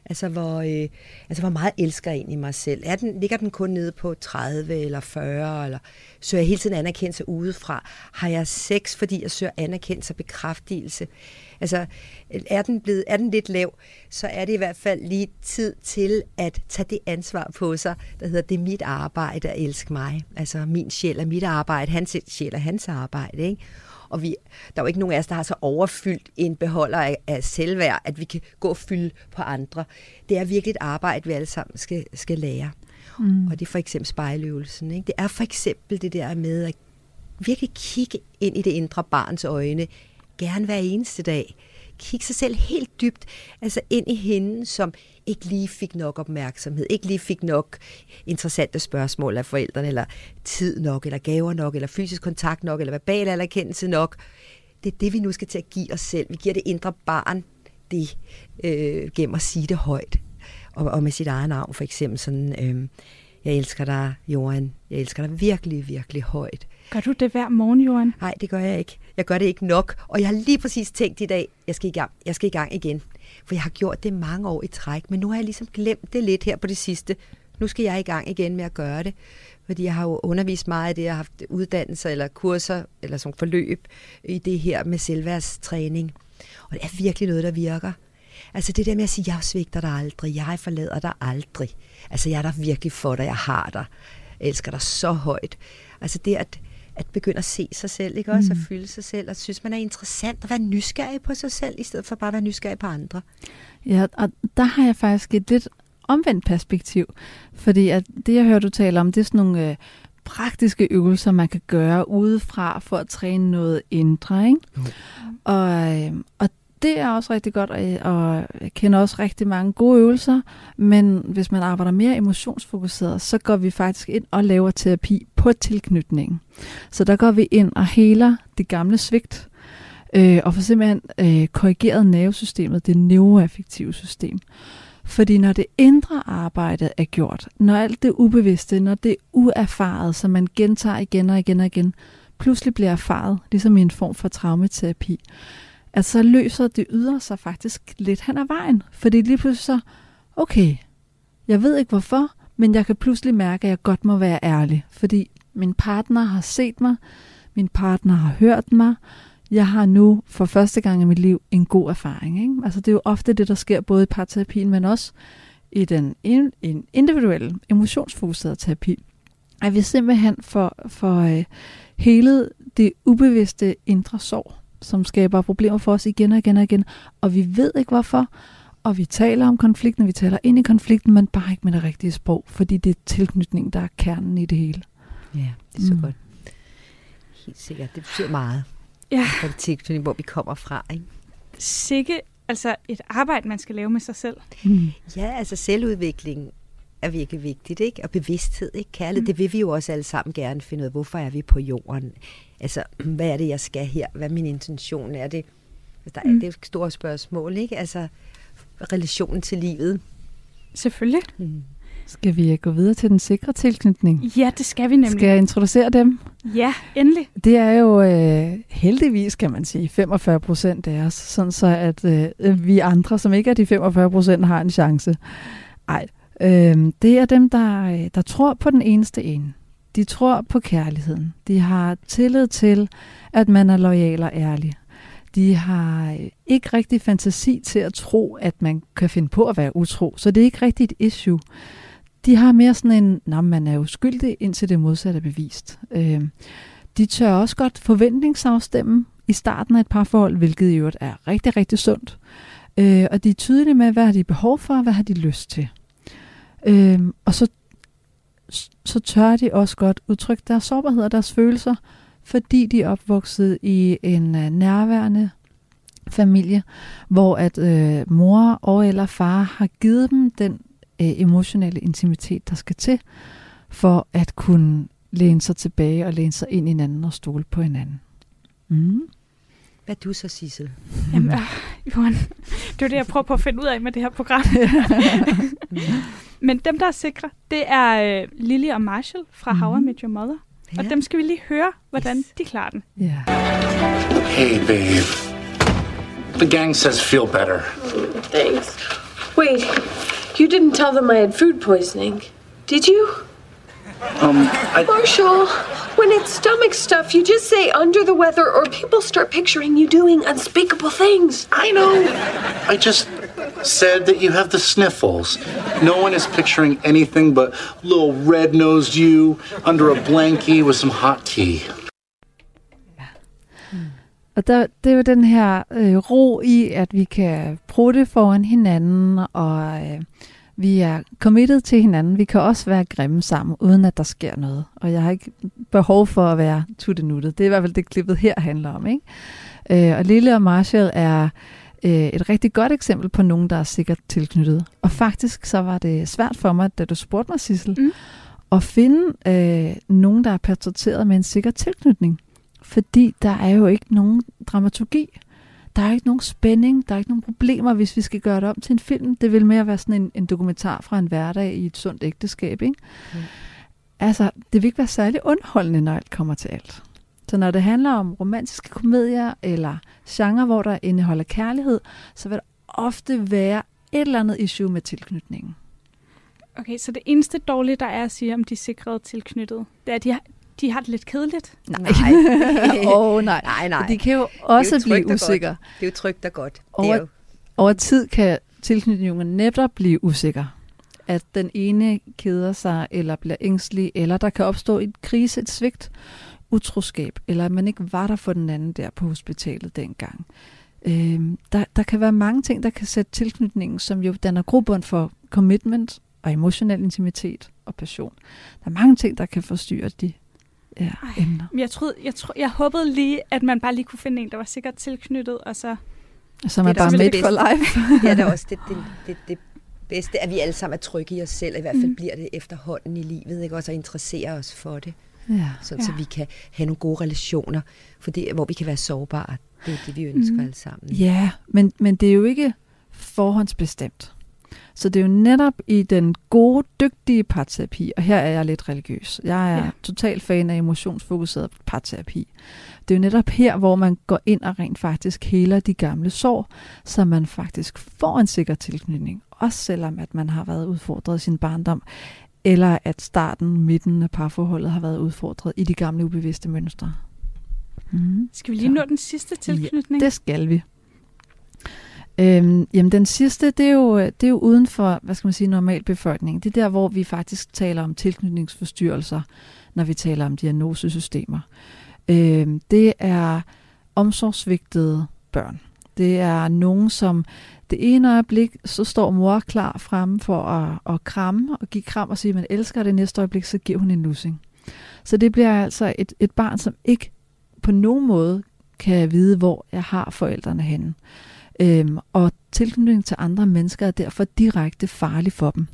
Altså, hvor meget elsker jeg egentlig mig selv? Ligger den kun nede på 30 eller 40, eller søger jeg hele tiden anerkendelse udefra? Har jeg sex, fordi jeg søger anerkendelse og bekræftelse? Altså, er den lidt lav, så er det i hvert fald lige tid til at tage det ansvar på sig, der hedder, det er mit arbejde at elske mig. Altså, min sjæl er mit arbejde, hans sjæl er hans arbejde, ikke? Og der er jo ikke nogen af os, der har så overfyldt en beholder af selvværd, at vi kan gå og fylde på andre. Det er virkelig et arbejde, vi alle sammen skal lære. Og det er for eksempel spejløvelsen. Ikke? Det er for eksempel det der med at virkelig kigge ind i det indre barns øjne, gerne hver eneste dag. Kigge sig selv helt dybt, altså ind i hende, som ikke lige fik nok opmærksomhed, ikke lige fik nok interessante spørgsmål af forældrene, eller tid nok, eller gaver nok, eller fysisk kontakt nok, eller verbal anerkendelse nok. Det er det, vi nu skal til at give os selv. Vi giver det indre barn det gennem at sige det højt. Og med sit eget navn, for eksempel sådan, jeg elsker dig, Johan. Jeg elsker dig virkelig, virkelig højt. Gør du det hver morgen, Johan? Nej, det gør jeg ikke. Jeg gør det ikke nok. Og jeg har lige præcis tænkt i dag, jeg skal i gang igen. For jeg har gjort det mange år i træk, men nu har jeg ligesom glemt det lidt her på det sidste. Nu skal jeg i gang igen med at gøre det. Fordi jeg har jo undervist meget af det, jeg har haft uddannelser eller kurser eller sådan forløb i det her med selvværdstræning. Og det er virkelig noget, der virker. Altså det der med at sige, jeg svigter dig aldrig, jeg forlader dig aldrig. Altså jeg er der virkelig for dig, jeg har dig. Jeg elsker dig så højt. Altså det at begynde at se sig selv, ikke også? At fylde sig selv, og synes man er interessant at være nysgerrig på sig selv, i stedet for bare at være nysgerrig på andre. Ja, og der har jeg faktisk et lidt omvendt perspektiv, fordi at det, jeg hører, du taler om, det er sådan nogle praktiske øvelser, man kan gøre udefra for at træne noget indre, ikke? Og det er også rigtig godt, og jeg kender også rigtig mange gode øvelser, men hvis man arbejder mere emotionsfokuseret, så går vi faktisk ind og laver terapi på tilknytningen. Så der går vi ind og heler det gamle svigt, og får simpelthen korrigeret nervesystemet, det neuroaffektive system. Fordi når det indre arbejde er gjort, når alt det ubevidste, når det er uerfaret, som man gentager igen og igen og igen, pludselig bliver erfaret, ligesom i en form for traumaterapi, at så løser det ydre sig faktisk lidt hen ad vejen. Fordi lige pludselig så, okay, jeg ved ikke hvorfor, men jeg kan pludselig mærke, at jeg godt må være ærlig. Fordi min partner har set mig, min partner har hørt mig, jeg har nu for første gang i mit liv en god erfaring. Ikke? Altså det er jo ofte det, der sker både i parterapien, men også i den individuelle, emotionsfokuserede terapi. At vi simpelthen får helet det ubevidste indre sorg, som skaber problemer for os igen og igen og igen. Og vi ved ikke hvorfor, og vi taler om konflikten, vi taler ind i konflikten, men bare ikke med det rigtige sprog, fordi det er tilknytning, der er kernen i det hele. Ja, det er så godt. Helt sikkert. Det betyder meget. Ja. For det tilknytning, hvor vi kommer fra, ikke? Sikke, altså et arbejde, man skal lave med sig selv. Ja, altså selvudvikling er virkelig vigtigt, ikke? Og bevidsthed, ikke? Kærlighed, det vil vi jo også alle sammen gerne finde ud af. Hvorfor er vi på jorden? Altså, hvad er det, jeg skal her? Hvad er min intention? Er det? Det er et stort spørgsmål, ikke? Altså, relationen til livet. Selvfølgelig. Skal vi gå videre til den sikre tilknytning? Ja, det skal vi nemlig. Skal jeg introducere dem? Ja, endelig. Det er jo heldigvis, kan man sige, 45% af os, sådan så at vi andre, som ikke er de 45%, har en chance. Ej, det er dem, der tror på den eneste ene. De tror på kærligheden. De har tillid til, at man er loyal og ærlig. De har ikke rigtig fantasi til at tro, at man kan finde på at være utro. Så det er ikke rigtig et issue. De har mere sådan en, man er uskyldig, indtil det modsatte er bevist. De tør også godt forventningsafstemme i starten af et parforhold, hvilket i øvrigt er rigtig, rigtig sundt. Og de er tydelige med, hvad har de behov for, og hvad har de lyst til. Og så tør de også godt udtrykke deres sårbarhed og deres følelser, fordi de er opvokset i en nærværende familie, hvor at mor og eller far har givet dem den emotionelle intimitet, der skal til, for at kunne læne sig tilbage og læne sig ind i hinanden og stole på hinanden. Hvad er du så, Sissel? Jamen, Johan, det er det, jeg prøver på at finde ud af med det her program. Men dem, der er sikre, det er Lily og Marshall fra How I Met Your Mother. Ja. Og dem skal vi lige høre, hvordan de klarer den. Yeah. Hey, babe. The gang says feel better. Thanks. Wait, You didn't tell them I had food poisoning, did you? Marshall, when it's stomach stuff, you just say under the weather or people start picturing you doing unspeakable things. I know. I just said that you have the sniffles. No one is picturing anything but little red-nosed you under a blankie with some hot tea. Og det er jo den her ro i, at vi kan prutte foran hinanden, og vi er committed til hinanden. Vi kan også være grimme sammen, uden at der sker noget. Og jeg har ikke behov for at være tuttenuttet. Det er i hvert fald det, klippet her handler om, ikke? Og Lille og Marshall er et rigtig godt eksempel på nogen, der er sikkert tilknyttet. Og faktisk så var det svært for mig, da du spurgte mig, Sissel, at finde nogen, der er portrætteret med en sikker tilknytning. Fordi der er jo ikke nogen dramaturgi. Der er ikke nogen spænding, der er ikke nogen problemer, hvis vi skal gøre det om til en film. Det vil mere være sådan en dokumentar fra en hverdag i et sundt ægteskab, ikke? Altså, det vil ikke være særlig underholdende, når alt kommer til alt. Så når det handler om romantiske komedier eller genre, hvor der indeholder kærlighed, så vil der ofte være et eller andet issue med tilknytningen. Okay, så det eneste dårlige, der er at sige om de sikrede tilknyttede, det er, at de har det lidt kedeligt. Nej. Nej. De kan jo også blive usikre. Det er jo trygt og godt. Over tid kan tilknytningen netop blive usikker. At den ene keder sig, eller bliver ængstelig, eller der kan opstå et krise, et svigt, utroskab, eller at man ikke var der for den anden der på hospitalet dengang. Der kan være mange ting, der kan sætte tilknytningen, som jo danner grobund for commitment og emotionel intimitet og passion. Der er mange ting, der kan forstyrre de emner. Jeg håbede lige, at man bare lige kunne finde en, der var sikkert tilknyttet, og så... Så man bare made for life. Ja, det er også det bedste, at vi alle sammen er trygge i os selv, i hvert fald bliver det efterhånden i livet, ikke? Også at interessere os for det. Ja. Så vi kan have nogle gode relationer, for det, hvor vi kan være sårbare. Det er det, vi ønsker alle sammen. Ja, men det er jo ikke forhåndsbestemt. Så det er jo netop i den gode, dygtige parterapi, og her er jeg lidt religiøs. Jeg er total fan af emotionsfokuseret parterapi. Det er jo netop her, hvor man går ind og rent faktisk heler de gamle sår, så man faktisk får en sikker tilknytning. Også selvom at man har været udfordret i sin barndom, eller at starten, midten af parforholdet har været udfordret i de gamle ubevidste mønstre. Skal vi lige nå den sidste tilknytning? Ja, det skal vi. Jamen den sidste, det er jo uden for, hvad skal man sige, normal befolkning. Det er der, hvor vi faktisk taler om tilknytningsforstyrrelser, når vi taler om diagnosesystemer. Det er omsorgssvigtede børn. Det er nogen, som det ene øjeblik, så står mor klar fremme for at kramme og give kram og sige, at man elsker det. Næste øjeblik, så giver hun en nussing. Så det bliver altså et barn, som ikke på nogen måde kan vide, hvor jeg har forældrene henne. Og tilknytning til andre mennesker er derfor direkte farlig for dem.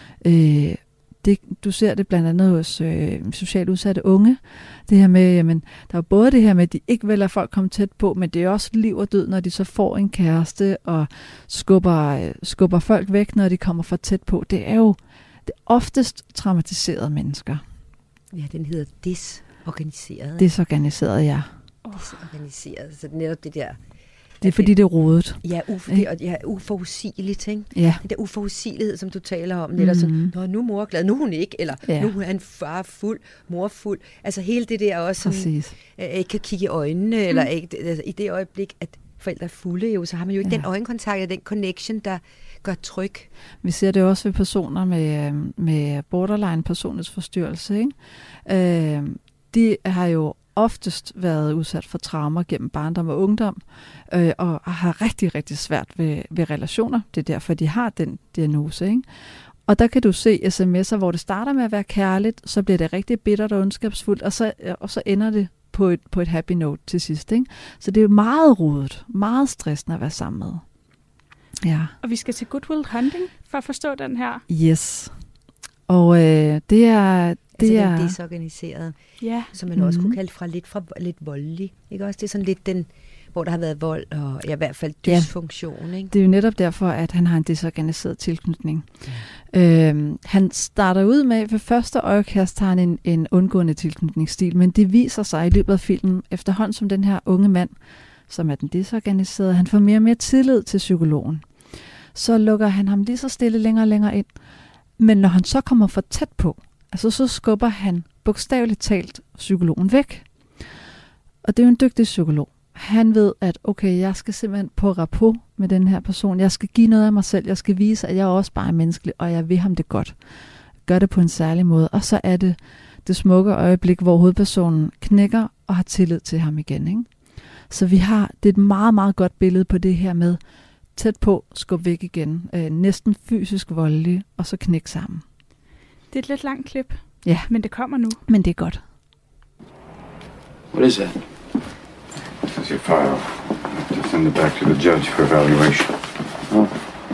Du ser det blandt andet hos socialt udsatte unge. Det her med, jamen, der er både det her med, at de ikke vil lade folk komme tæt på, men det er også liv og død, når de så får en kæreste og skubber folk væk, når de kommer for tæt på. Det er jo det oftest traumatiserede mennesker. Ja, den hedder desorganiseret. Desorganiseret, ja. Desorganiseret, så det er netop det der... Det er fordi, det er rodet. Ja, det er uforudsigeligt, ikke? Ja. Den der uforudsigelighed, som du taler om. Netop sådan, nu er mor glad, nu er hun ikke, eller nu er en far fuld, mor fuld. Altså hele det der også, som ikke kan kigge i øjnene, eller ikke, altså, i det øjeblik, at forældre er fulde, jo, så har man jo ikke den øjenkontakt og den connection, der gør tryg. Vi ser det også ved personer med borderline personlighedsforstyrrelse, ikke? De har jo oftest været udsat for traumer gennem barndom og ungdom, og har rigtig, rigtig svært ved relationer. Det er derfor, de har den diagnose, ikke? Og der kan du se sms'er, hvor det starter med at være kærligt, så bliver det rigtig bittert og ondskabsfuldt, og så ender det på et happy note til sidst, ikke? Så det er meget rodet, meget stressende at være sammen med. Ja. Og vi skal til Good Will Hunting for at forstå den her. Yes. Og det er... Det er desorganiseret, som man også kunne kalde lidt voldelig. Ikke også? Det er sådan lidt den, hvor der har været vold og i hvert fald dysfunktion. Ikke? Det er jo netop derfor, at han har en desorganiseret tilknytning. Han starter ud med, ved første øjekast har han en undgående tilknytningsstil, men det viser sig i løbet af filmen, efterhånden som den her unge mand, som er den desorganiserede, han får mere og mere tillid til psykologen. så lukker han ham lige så stille længere og længere ind. Men når han så kommer for tæt på, altså så skubber han bogstaveligt talt psykologen væk. Og det er jo en dygtig psykolog. Han ved, at okay, jeg skal simpelthen på rapport med den her person. Jeg skal give noget af mig selv. Jeg skal vise, at jeg også bare er menneskelig, og jeg vil ham det godt. Gør det på en særlig måde. Og så er det smukke øjeblik, hvor hovedpersonen knækker og har tillid til ham igen. Ikke? Så det er et meget, meget godt billede på det her med tæt på, skub væk igen. Næsten fysisk voldelig, og så knæk sammen. Det er et lidt langt klip. Ja. Men det kommer nu. Men det er godt. What is that? This is your file. I have to send it back to the judge for evaluation. Oh.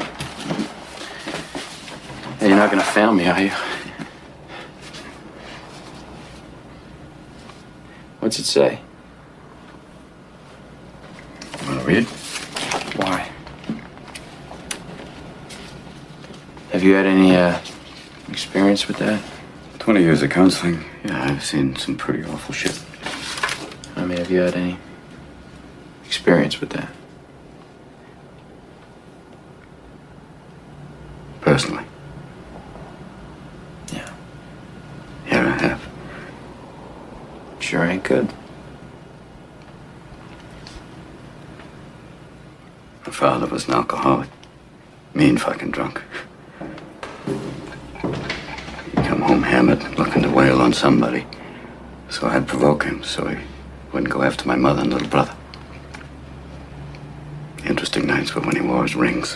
Hey, you're not gonna fail me, are you? What's it say? You want to read? Why? Have you had any experience with that? 20 years of counseling. Yeah, I've seen some pretty awful shit. I mean, have you had any experience with that? Personally? Yeah. Yeah, I have. Sure ain't good. My father was an alcoholic. Mean fucking drunk. He'd come home hammered, looking to wail on somebody. So I'd provoke him so he wouldn't go after my mother and little brother. Interesting nights were when he wore his rings.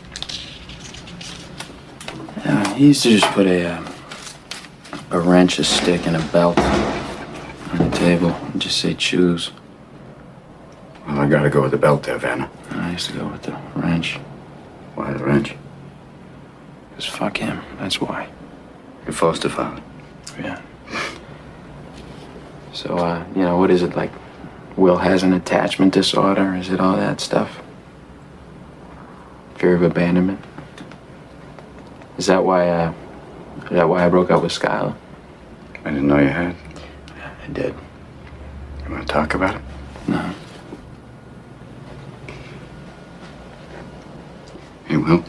Yeah, he used to just put a wrench, a stick, and a belt on the table and just say choose. Well, I gotta go with the belt there, Vanna. I used to go with the wrench. Why the wrench? Because fuck him, that's why. Your foster father? Yeah. So, what is it, like Will has an attachment disorder? Is it all that stuff? Fear of abandonment? Is that why I broke up with Skylar? I didn't know you had. Yeah, I did. You want to talk about it? No. Hey, Will.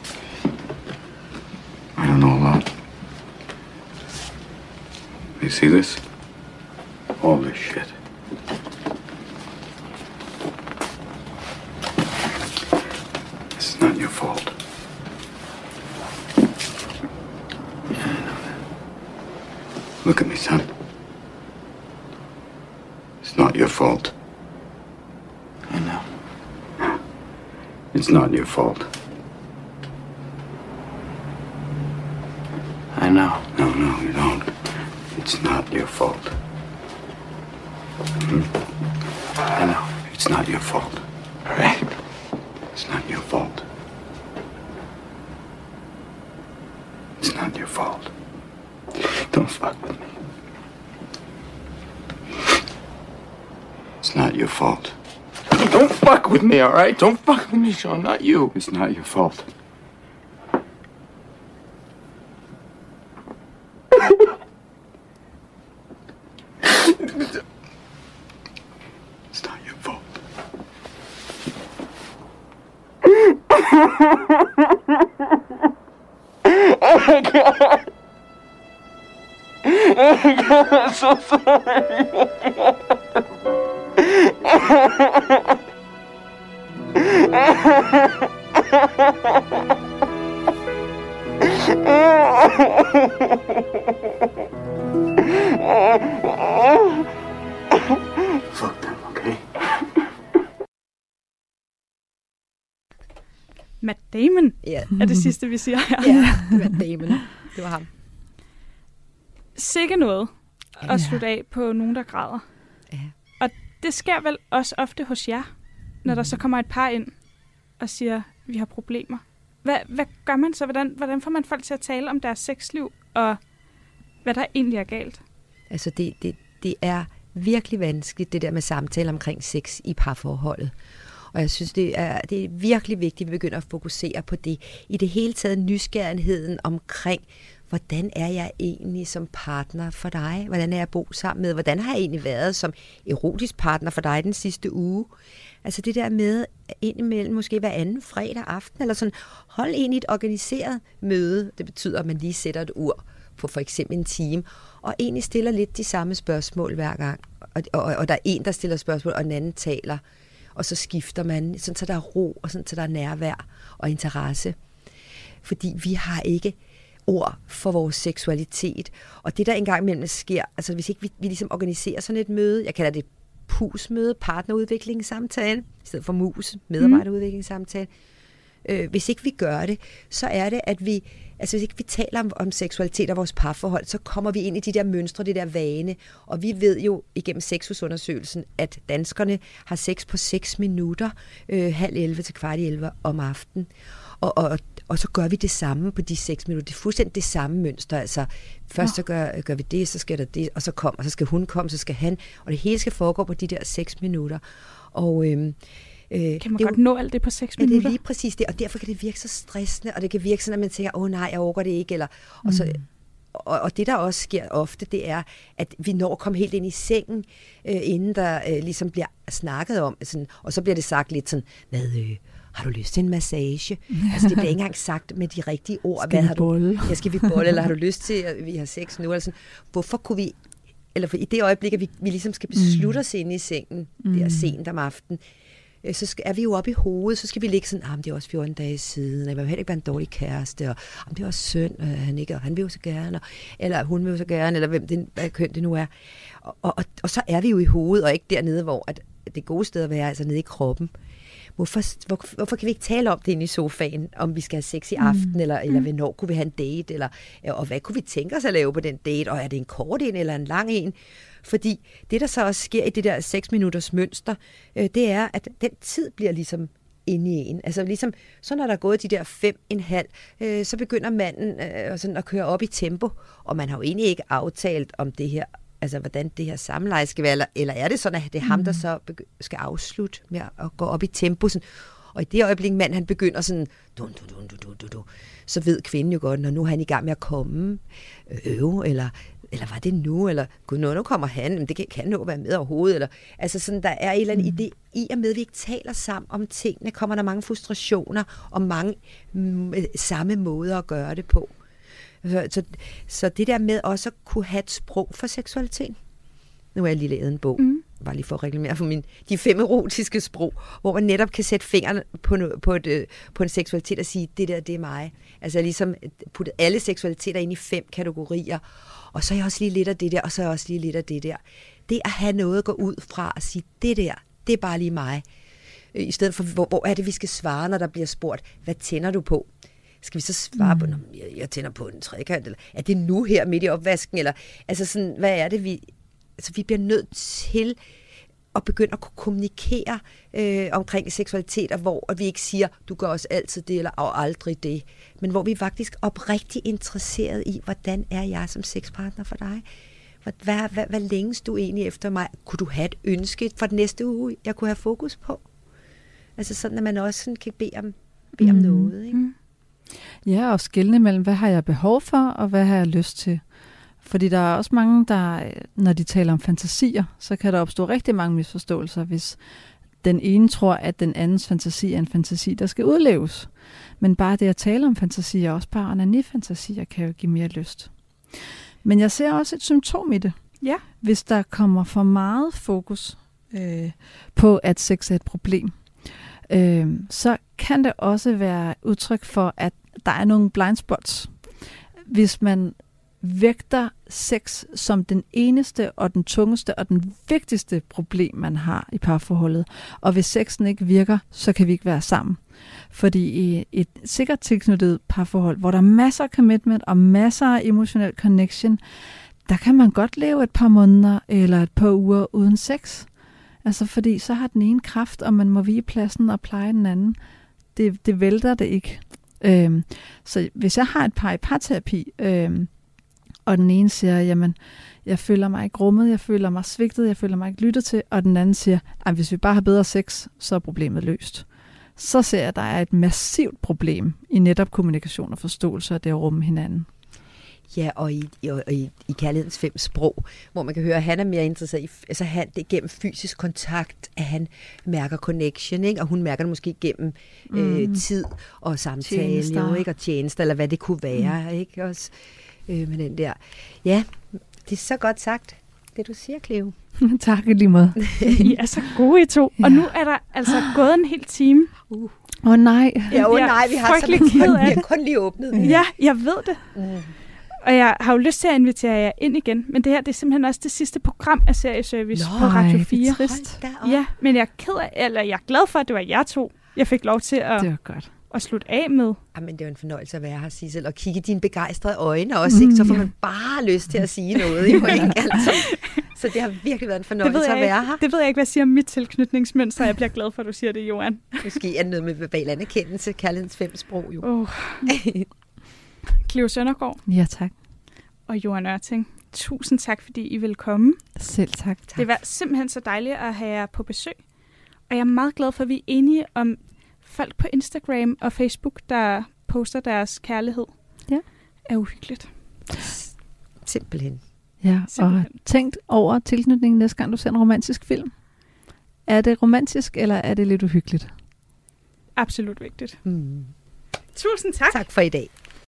I don't know a lot. You see this? All this shit. This is not your fault. Yeah, I know that. Look at me, son. It's not your fault. I know. It's not your fault. I know. No, you don't. It's not your fault. I know. It's not your fault. All right. It's not your fault. It's not your fault. Don't fuck with me. It's not your fault. Don't fuck with me, all right? Don't fuck with me, Sean, not you. It's not your fault. It's not your fault. Oh my God. Oh my God, I'm so sorry. Fuck them, okay? Matt Damon Ja. er det sidste, vi siger her. Ja, Matt Damon. Det var ham. Sikke noget at slutte af på nogen, der græder. Ja. Og det sker vel også ofte hos jer, når der så kommer et par ind og siger, vi har problemer. Hvad gør man så? Hvordan får man folk til at tale om deres sexliv, og hvad der egentlig er galt? Altså, det er virkelig vanskeligt, det der med samtale omkring sex i parforholdet. Og jeg synes, det er virkelig vigtigt, at vi begynder at fokusere på det. I det hele taget nysgerrigheden omkring, hvordan er jeg egentlig som partner for dig? Hvordan er jeg at bo sammen med? Hvordan har jeg egentlig været som erotisk partner for dig den sidste uge? Altså det der med indimellem måske hver anden fredag aften, eller sådan, hold egentlig et organiseret møde. Det betyder, at man lige sætter et ur på for eksempel en time, og egentlig stiller lidt de samme spørgsmål hver gang. Og der er en, der stiller spørgsmål, og den anden taler. Og så skifter man, sådan, så der er ro, og sådan, så der er nærvær og interesse. Fordi vi har ikke ord for vores seksualitet. Og det, der engang imellem sker, altså hvis ikke vi ligesom organiserer sådan et møde, jeg kalder det PUS-møde, partnerudviklingssamtale, i stedet for MUS, medarbejderudviklingssamtale. Hvis ikke vi gør det, så er det, at vi, altså hvis ikke vi taler om seksualitet og vores parforhold, så kommer vi ind i de der mønstre, det der vane. Og vi ved jo igennem sexusundersøgelsen, at danskerne har sex på 6 minutter, 10:30 til 11:15 om aftenen. Og så gør vi det samme på de 6 minutter. Det er fuldstændig det samme mønster. Altså, først så gør vi det, så skal der det, og så skal hun komme, så skal han. Og det hele skal foregå på de der 6 minutter. Og kan man godt nå alt det på 6 minutter? Det er lige præcis det, og derfor kan det virke så stressende, og det kan virke sådan, at man tænker, nej, jeg overgår det ikke. Eller, og det, der også sker ofte, det er, at vi når at komme helt ind i sengen, inden der ligesom bliver snakket om, sådan, og så bliver det sagt lidt sådan, har du lyst til en massage? Altså, det bliver ikke engang sagt med de rigtige ord. Skal vi bolle? Ja, skal vi bolle, eller har du lyst til, at vi har sex nu? Eller sådan. Hvorfor kunne vi, eller for i det øjeblik, at vi ligesom skal beslutte os inde i sengen, det er sent om aftenen, så er vi jo oppe i hovedet, så skal vi ligge sådan, det er også 14 dage siden, jeg vil heller ikke være en dårlig kæreste, og det er også synd, han vil jo så gerne, eller hun vil jo så gerne, eller hvad køn det nu er. Og så er vi jo i hovedet, og ikke dernede, hvor at det gode sted at være, altså nede i kroppen. Hvorfor kan vi ikke tale om det inde i sofaen, om vi skal have sex i aften, eller hvornår kunne vi have en date, og hvad kunne vi tænke os at lave på den date, og er det en kort en eller en lang en? Fordi det, der så også sker i det der 6 minutters mønster, det er, at den tid bliver ligesom inde i en. Altså ligesom, så når der er gået de der 5,5, så begynder manden sådan at køre op i tempo, og man har jo egentlig ikke aftalt om det her, altså hvordan det her samleje skal være, eller er det sådan, at det er ham, der så skal afslutte med at gå op i tempo, sådan. Og i det øjeblik, mand han begynder sådan, så ved kvinden jo godt, når nu er han i gang med at komme, eller var det nu, eller gud, nu kommer han, men det kan nå være med overhovedet, eller, altså sådan, der er en eller anden idé i, at med, at vi ikke taler sammen om tingene, kommer der mange frustrationer, og mange samme måder at gøre det på. Så det der med også at kunne have et sprog for seksualitet. Nu har jeg lige lavet en bog, bare lige for at reklamere for de 5 erotiske sprog, hvor man netop kan sætte fingeren på en seksualitet og sige, det der, det er mig. Altså ligesom puttet alle seksualiteter ind i 5 kategorier, og så er jeg også lige lidt af det der, og så er jeg også lige lidt af det der. Det at have noget at gå ud fra og sige, det der, det er bare lige mig. I stedet for, hvor er det, vi skal svare, når der bliver spurgt, hvad tænder du på? Skal vi så svare på, jeg tænder på en trekant, eller er det nu her midt i opvasken, eller altså sådan, hvad er det, vi bliver nødt til at begynde at kunne kommunikere omkring seksualitet, hvor vi ikke siger, du gør også altid det, eller aldrig det, men hvor vi er faktisk oprigtigt interesseret i, hvordan er jeg som sexpartner for dig? Hvad længes du egentlig efter mig? Kunne du have et ønske for den næste uge, jeg kunne have fokus på? Altså sådan, at man også sådan kan bede om noget, ikke? Ja, og skelne mellem, hvad har jeg behov for, og hvad har jeg lyst til. Fordi der er også mange, der, når de taler om fantasier, så kan der opstå rigtig mange misforståelser, hvis den ene tror, at den andens fantasi er en fantasi, der skal udleves. Men bare det at tale om fantasier, også bare onani-fantasier, kan jo give mere lyst. Men jeg ser også et symptom i det. Ja. Hvis der kommer for meget fokus på, at sex er et problem, så kan det også være udtryk for, at der er nogle blind spots. Hvis man vægter sex som den eneste og den tungeste og den vigtigste problem, man har i parforholdet, og hvis sexen ikke virker, så kan vi ikke være sammen. Fordi i et sikkert tilknyttet parforhold, hvor der er masser af commitment og masser af emotional connection, der kan man godt leve et par måneder eller et par uger uden sex. Altså fordi så har den ene kraft, og man må vige pladsen og pleje den anden. Det vælter det ikke. Så hvis jeg har et par i parterapi, og den ene siger, jamen, jeg føler mig ikke rummet, jeg føler mig svigtet, jeg føler mig ikke lyttet til, og den anden siger, hvis vi bare har bedre sex, så er problemet løst. Så ser jeg, at der er et massivt problem i netop kommunikation og forståelse, og det at rumme hinanden. Ja, og i Kærlighedens 5 sprog, hvor man kan høre, at han er mere interesseret i, altså det er gennem fysisk kontakt, at han mærker connection, ikke? Og hun mærker det måske gennem tid og samtale, jo, ikke? Og tjenester, eller hvad det kunne være, ikke? Også med den der. Ja, det er så godt sagt, det du siger, Cleo. Tak i lige måde. I er så gode, I to. Ja. Og nu er der altså gået en hel time. Nej. Ja, nej, vi har kun lige åbnet. Ja, jeg ved det. Og jeg har jo lyst til at invitere jer ind igen, men det her, det er simpelthen også det sidste program af Serieservice på Radio 4. Det er trist. Ja, men jeg er glad for, at det var jer to, jeg fik lov til at slutte af med. Jamen, det er jo en fornøjelse at være her, Sissel, og kigge i dine begejstrede øjne også, ikke? Så får man bare lyst til at sige noget, ikke? Altså. Så det har virkelig været en fornøjelse at være her. Det ved jeg ikke, hvad jeg siger om mit tilknytningsmønster, jeg bliver glad for, at du siger det, Johan. Måske er det noget med verbal anerkendelse, Kærlighedens 5 sprog, jo. Cleo Søndergaard. Ja, tak. Og Johan Ørting. Tusind tak, fordi I ville komme. Selv tak. Det var simpelthen så dejligt at have jer på besøg. Og jeg er meget glad for, at vi er enige om folk på Instagram og Facebook, der poster deres kærlighed. Ja. Er uhyggeligt. Simpelthen. Ja, og tænk over tilknytningen næste gang, du ser en romantisk film. Er det romantisk, eller er det lidt uhyggeligt? Absolut vigtigt. Tusind tak. Tak for i dag.